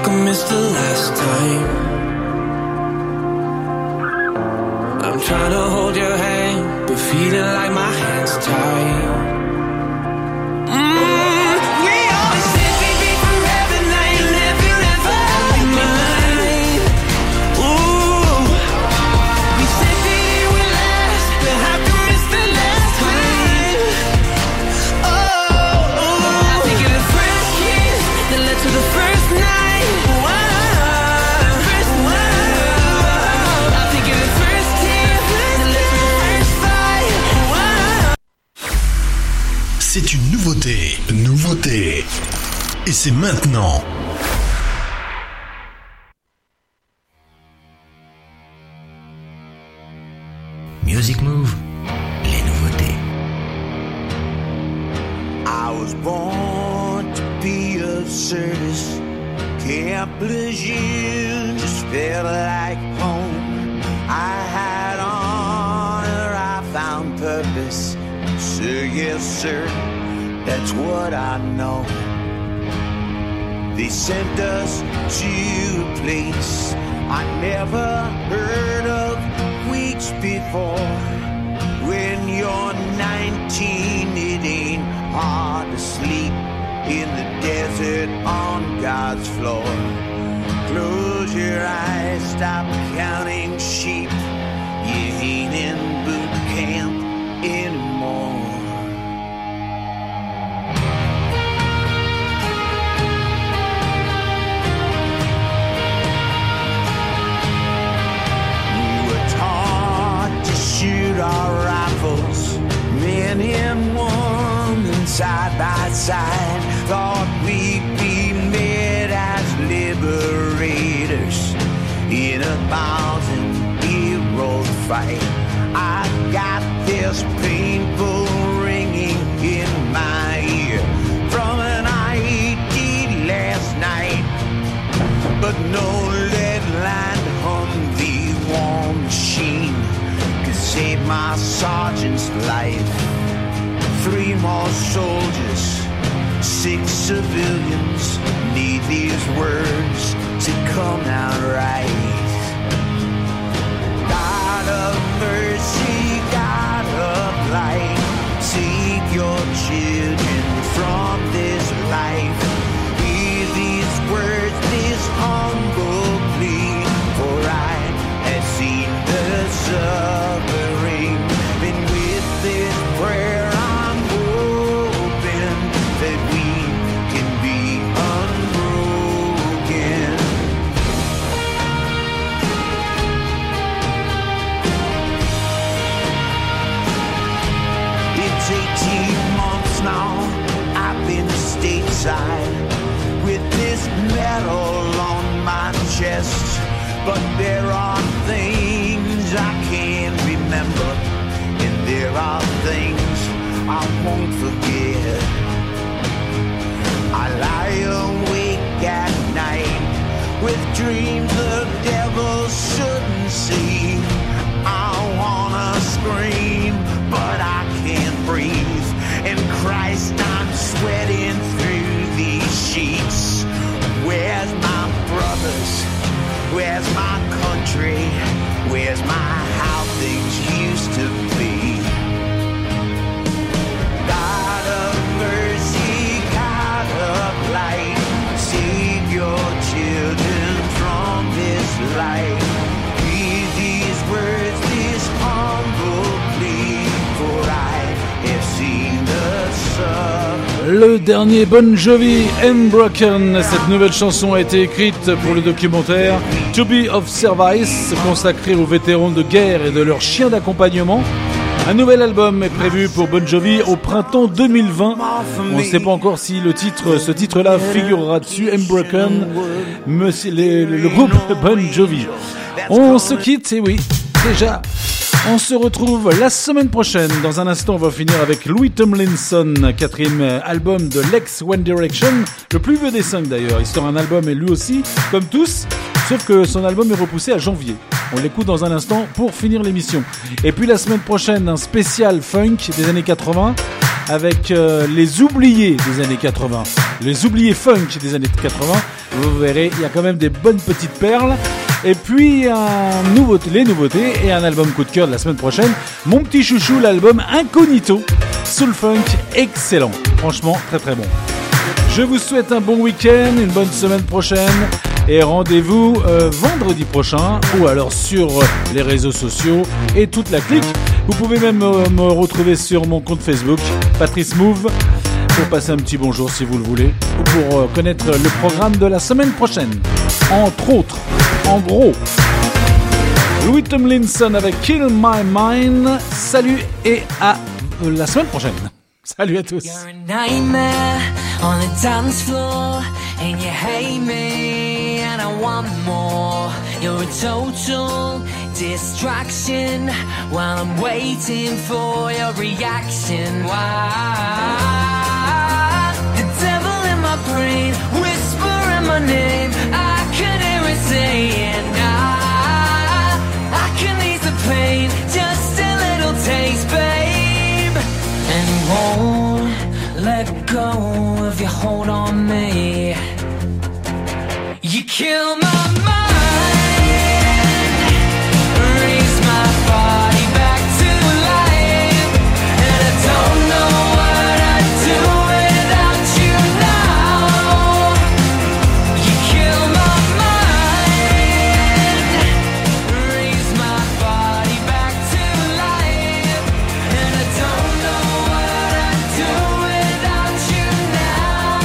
Speaker 14: like I missed the last time. I'm trying to hold your hand, but feeling like my hand's tied. Mm, we always said we'd be forever, now you'll never, ever be mine. Ooh, we said that it would last, but how come it's the last time? Oh, oh, I think of the first kiss that led to the first night. Wow.
Speaker 13: C'est une nouveauté, nouveauté. Et c'est maintenant.
Speaker 2: Music Move, les nouveautés.
Speaker 15: I was born to be of service. Camp Lejeune just felt like home. I had honor, I found purpose. Sir, yes, sir, that's what I know. They sent us to a place I never heard of weeks before. When you're nineteen, it ain't hard to sleep in the desert on God's floor. Close your eyes, stop counting sheep. You ain't in boot camp anymore. We were taught to shoot our rifles, men and women side by side. Thought we'd be made as liberators in a thousand-year-old fight. I got this painful ringing in my ear from an I E D last night, but no lead-lined Humvee war machine could save my sergeant's life. Three more soldiers, six civilians need these words to come out right. God of mercy, God of light, save your children from this life. Hear these words, this humble plea, for I have seen the suffering. And with this prayer I'm hoping that we can be unbroken. It's eighteen months now, I've been stateside with this medal on my chest. But there are things I can't remember, and there are things I won't forget. I lie awake at night with dreams the devil shouldn't see. I wanna scream, but I can't breathe. And Christ, I'm sweating through these sheets. Where's my brothers? Where's my country? Where's my how things used to be? God of mercy, God of light, save your children from this life. Hear these words, this humble plea, for I have seen the sun.
Speaker 3: Le dernier Bon Jovi, Unbroken. Cette nouvelle chanson a été écrite pour le documentaire To Be of Service, consacré aux vétérans de guerre et de leurs chiens d'accompagnement. Un nouvel album est prévu pour Bon Jovi au printemps deux mille vingt. On ne sait pas encore si le titre, ce titre-là figurera dessus, Unbroken, monsieur, les, le groupe Bon Jovi. On se quitte, et oui, déjà. On se retrouve la semaine prochaine. Dans un instant, on va finir avec Louis Tomlinson, quatrième album de l'ex One Direction, le plus vieux des cinq d'ailleurs. Il sort un album et lui aussi, comme tous, sauf que son album est repoussé à janvier. On l'écoute dans un instant pour finir l'émission. Et puis la semaine prochaine, un spécial funk des années quatre-vingts avec euh, les oubliés des années quatre-vingts, les oubliés funk des années quatre-vingts. Vous verrez, il y a quand même des bonnes petites perles. Et puis un nouveau, les nouveautés et un album coup de cœur de la semaine prochaine. Mon petit chouchou, l'album Incognito, Soul Funk, excellent. Franchement, très très bon. Je vous souhaite un bon week-end, une bonne semaine prochaine. Et rendez-vous euh, vendredi prochain ou alors sur les réseaux sociaux et toute la clique. Vous pouvez même euh, me retrouver sur mon compte Facebook, Patrice Move, pour passer un petit bonjour si vous le voulez, ou pour euh, connaître le programme de la semaine prochaine. Entre autres, en gros, Louis Tomlinson avec Kill My Mind. Salut et à euh, la semaine prochaine. Salut à tous.
Speaker 16: You're a nightmare on the dance floor, and you hate me, and I want more. You're a total distraction while I'm waiting for your reaction. Why? The devil in my brain, whispering my name. I could hear it saying, I, I can ease the pain, just a little taste, babe. And you won't let go of your hold on me. You kill my mind, raise my body back to life, and I don't know what I'd do without you now. You kill my mind, raise my body back to life, and I don't know what I'd do without you now.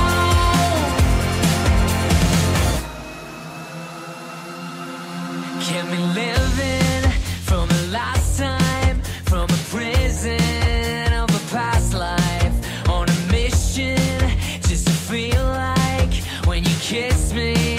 Speaker 16: Kept me living from the last time, from a prison of a past life, on a mission just to feel like when you kiss me